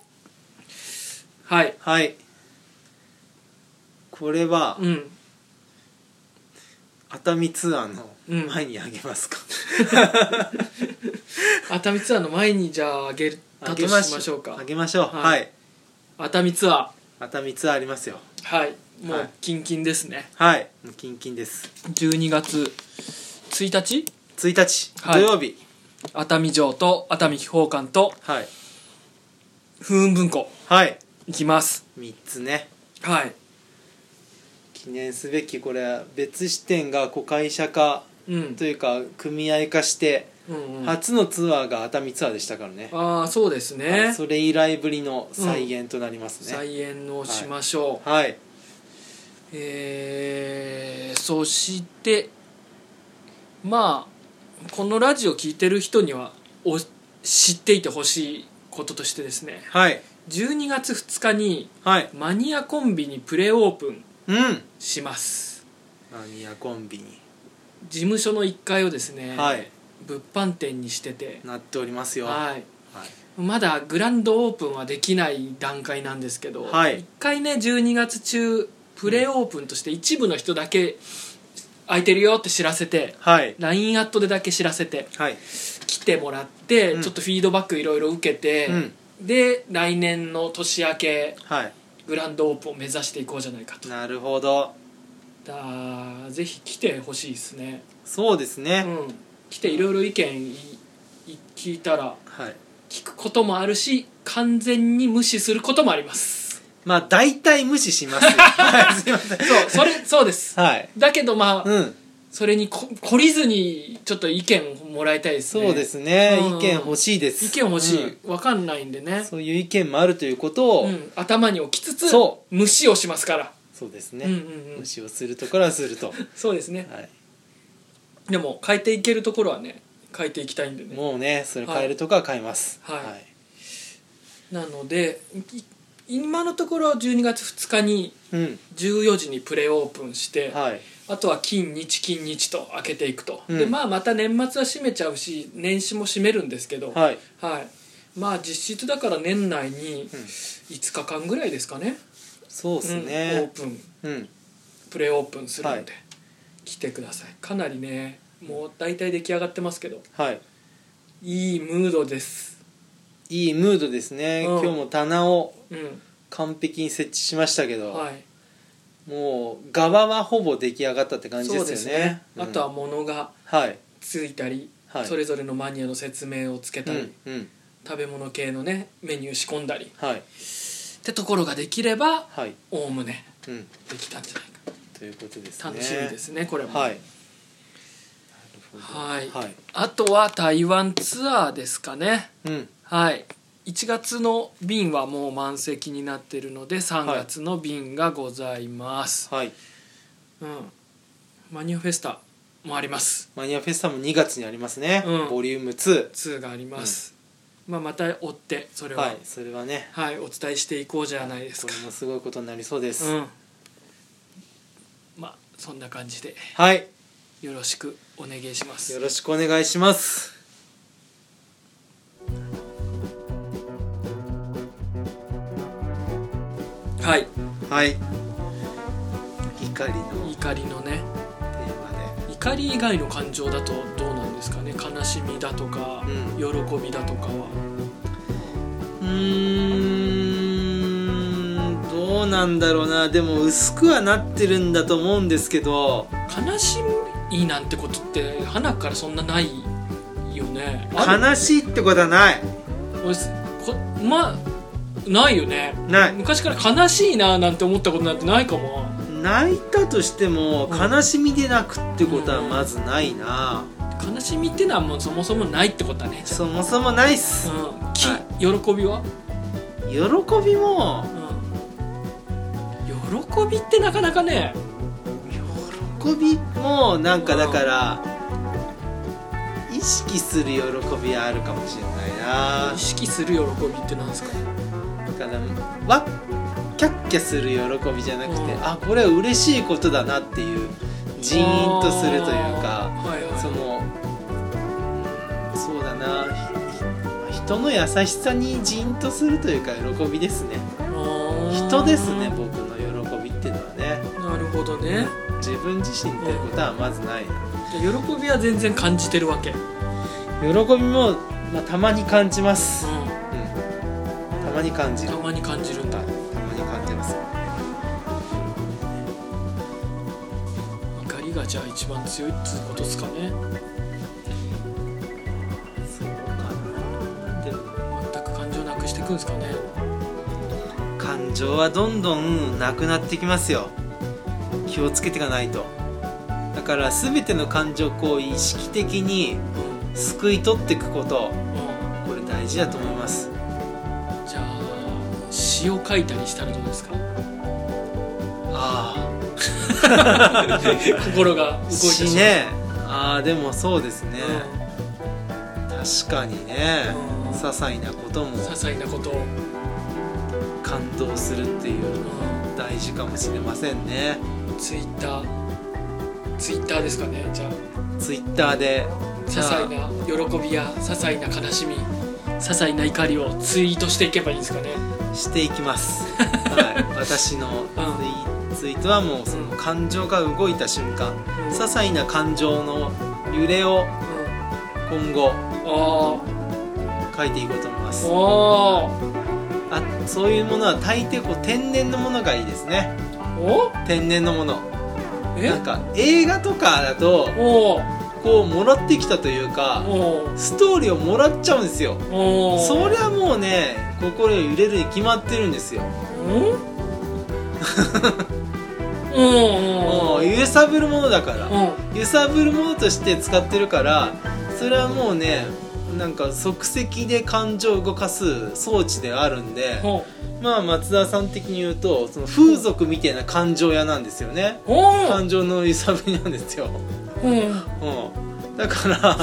これは、熱海ツアーの前にあげますか、 熱海ツアーの前にじゃああげたとしましょうか。 あげましょう。 熱海ツア熱海ツアーありますよ。 はい、もうキンキンですね。 はい、もうキンキンです。 12月1日土曜日、 熱海城と熱海秘宝館と、 はい、 風雲文庫、 はい、 行きます。 3つね。 はい、 記念すべき、これは別支店が会社化というか組合化して、初のツアーが熱海ツアーでしたからね。 ああ、そうですね。 それ以来ぶりの再演となりますね。 再演をしましょう。 はい、 そしてまあこのラジオ聞いてる人には知っていてほしいこととしてですね、 はい、 12月2日に、 はい、 マニアコンビにプレオープンします、 マニアコンビに事務所の1階をですね、 はい、 物販店にしててなっておりますよ。 はい、まだグランドオープンはできない段階なんですけど、 はい、 1回ね12月中プレオープンとして一部の人だけ空いてるよって知らせて、 はい、 LINE アットでだけ知らせて、 はい、 来てもらって、ちょっとフィードバックいろいろ受けて、で来年の年明け、 はい、 グランドオープンを目指していこうじゃないかと。 なるほど。 ぜひ来てほしいですね。 そうですね、 来ていろいろ意見聞いたら、 はい、 聞くこともあるし完全に無視することもあります。 まあ大体無視しますよはい、すいません。 そうです、 はい、 だけどまあ、それに懲りずにちょっと意見をもらいたいですね。 そうですね、意見欲しいです。 意見欲しい、分かんないんでね、 そういう意見もあるということを、 頭に置きつつ無視をしますから。 そうですね、無視をするところはするとそうですね、 はい、 でも変えていけるところはね変えていきたいんでね。 もうね、それ変えるところは変えます。 はい、はい、なので今のところ12月2日に14時にプレオープンして、あとは金日と開けていくと、でまた年末は閉めちゃうし年始も閉めるんですけど、まあ実質だから年内に5日間ぐらいですかね。 そうですね、 オープン、プレオープンするので、来てください。かなりねもう大体出来上がってますけど、いいムードです。 いいムードですね、今日も棚を完璧に設置しましたけど、もう側はほぼ出来上がったって感じですよね。そうですね、 あとは物がついたり、それぞれのマニアの説明をつけたり、食べ物系のねメニュー仕込んだり、ってところができればおおむねできたんじゃないかということですね。 楽しみですね、これも。 はい、 あとは台湾ツアーですかね。1月の便はもう満席になっているので3月の便がございます。マニアフェスタもあります。 マニアフェスタも2月にありますね、ボリューム2 があります。また追ってそれは、 それはね、 お伝えしていこうじゃないですか。 これもすごいことになりそうです。 そんな感じで、よろしくお願いします。 よろしくお願いします。 はい、怒りのねテーマで、怒り以外の感情だとどうなんですかね。悲しみだとか、喜びだとかはどうなんだろうな。でも薄くはなってるんだと思うんですけど、 悲しみなんてことって鼻からそんなないよね。 悲しいってことはない。 ないよね。昔から悲しいななんて思ったことなんてないかも。 泣いたとしても悲しみで泣くってことはまずないな。 悲しみってのはもうそもそもないってことだね。 そもそもないっす。 喜びは？ 喜びも、 喜びってなかなかね。 喜びもなんかだから、意識する喜びはあるかもしれないな。 意識する喜びってなんですか？ だからキャッキャする喜びじゃなくて、これは嬉しいことだなっていうジーンとするというか、そうだな、人の優しさにジーンとするというか喜びですね。人ですね、僕の喜びっていうのはね。 なるほどね。 自分自身ってことはまずない。 喜びは全然感じてるわけ。 喜びも、たまに感じます。たまに感じる。 たまに感じるんだ。 たまに感じます。 がじゃあ一番強いっつうことですかね。 そうかな。でも全く感情なくしていくんですかね。 感情はどんどんなくなってきますよ。気をつけていかないと。だから全ての感情をこう意識的にすくい取っていくこと、これ大事だと思います。 じゃあ詩を書いたりしたらどうですか。 あ心が動いてしまう詩ね。ああでもそうですね、確かにね、些細なことも些細なことを感動するっていうのは大事かもしれませんね。 ツイッターですかね。じゃあツイッターで些細な喜びや些細な悲しみ、些細な怒りをツイートしていけばいいんですかね。 していきます、はい、私のツイートはもうその感情が動いた瞬間、些細な感情の揺れを今後書いていこうと思います。そういうものは大抵こう天然のものがいいですね。天然のもの。なんか映画とかだとこうもらってきたというかストーリーをもらっちゃうんですよ。そりゃもうね心揺れるに決まってるんですよ。揺さぶるものだから、揺さぶるものとして使ってるから、それはもうねなんか即席で感情を動かす装置であるんで、まあ松田さん的に言うとその風俗みたいな感情屋なんですよね。感情の揺さぶりなんですよ。だから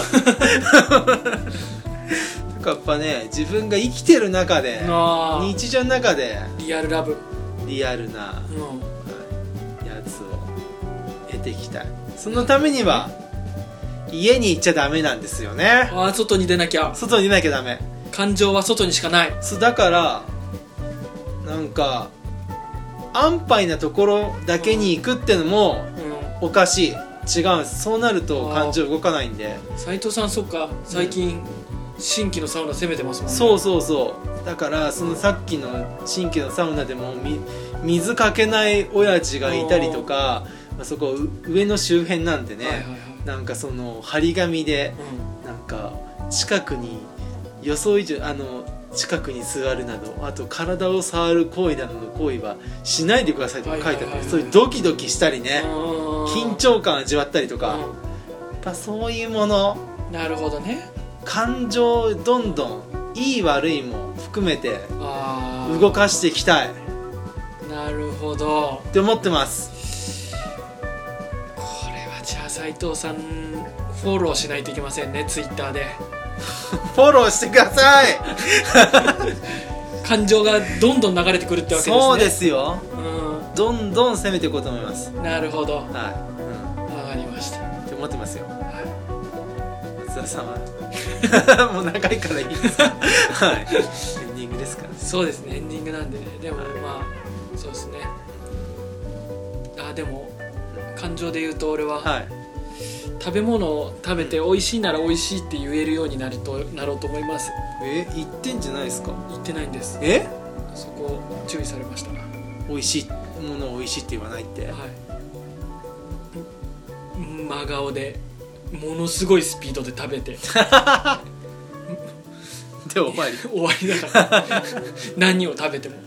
やっぱね自分が生きてる中で日常の中でリアルラブ、 リアルなやつを得ていきたい。そのためには家に行っちゃダメなんですよね。 外に出なきゃ。 外に出なきゃダメ。 感情は外にしかない。 だからなんか安牌なところだけに行くってのもおかしい。違うんです。そうなると感情動かないんで。 斉藤さんそっか最近新規のサウナ攻めてますもんね。 そうだからそのさっきの新規のサウナでも水かけない親父がいたりとか、そこ上の周辺なんでね、なんかその張り紙でなんか近くに予想以上近くに座るなど、あと体を触る行為などの行為はしないでくださいとか書いてあって、そういうドキドキしたりね、緊張感味わったりとか、やっぱそういうもの。 なるほどね。 感情をどんどんいい悪いも含めて動かしていきたい。 なるほどって思ってます。 これはじゃあ斉藤さんフォローしないといけませんね、ツイッターで。 フォローしてください。 感情がどんどん流れてくるってわけですね。 そうですよ、どんどん攻めていこうと思います。 なるほど、わかりましたって思ってますよ。松田さんはもう長いからいいですか。エンディングですから。 そうですね、エンディングなんでね。でもまあそうですね。でも感情で言うと俺は、食べ物を食べて美味しいなら美味しいって言えるようになろうと思います。 言ってんじゃないですか。 言ってないんです。そこ注意されました。 美味しいものを美味しいって言わないって。 真顔でものすごいスピードで食べてで終わりだから何を食べても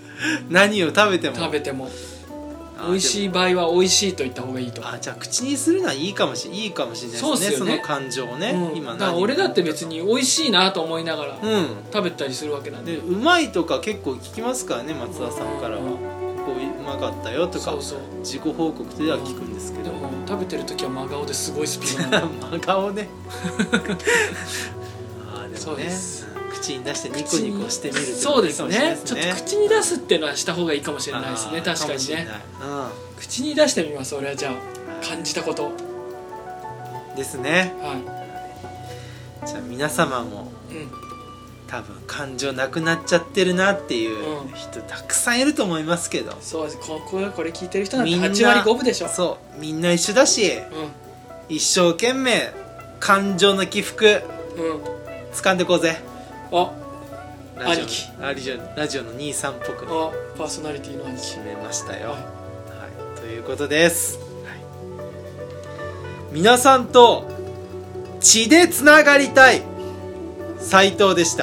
美味しい場合は美味しいと言った方がいいと。 じゃあ口にするのはいいかもしれないですね。 そうですよね、 その感情をね、今だから俺だって別に美味しいなと思いながら食べたりするわけなんで、 うまいとか結構聞きますからね、松田さんからは。こううまかったよとか自己報告では聞くんですけど、 でも食べてる時は真顔ですごいスピードなんで真顔ね。でもね、 そうです。 口に出してニコニコしてみるってそうですね。ちょっと口に出すっていうのはした方がいいかもしれないですね。確かにね、口に出してみます。俺はじゃあ感じたことですね。じゃあ皆様も多分感情なくなっちゃってるなっていう人たくさんいると思いますけど、 そうです。これ聞いてる人なんて8割5分でしょ。 そうみんな一緒だし、一生懸命感情の起伏掴んでこうぜ。兄貴ラジオの兄さんっぽくね、 パーソナリティの兄貴決めましたよ。ということです。 皆さんと血でつながりたい斉藤でした。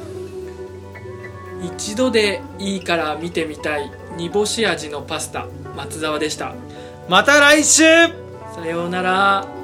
一度でいいから見てみたい煮干し味のパスタ松沢でした。 また来週。 さようなら。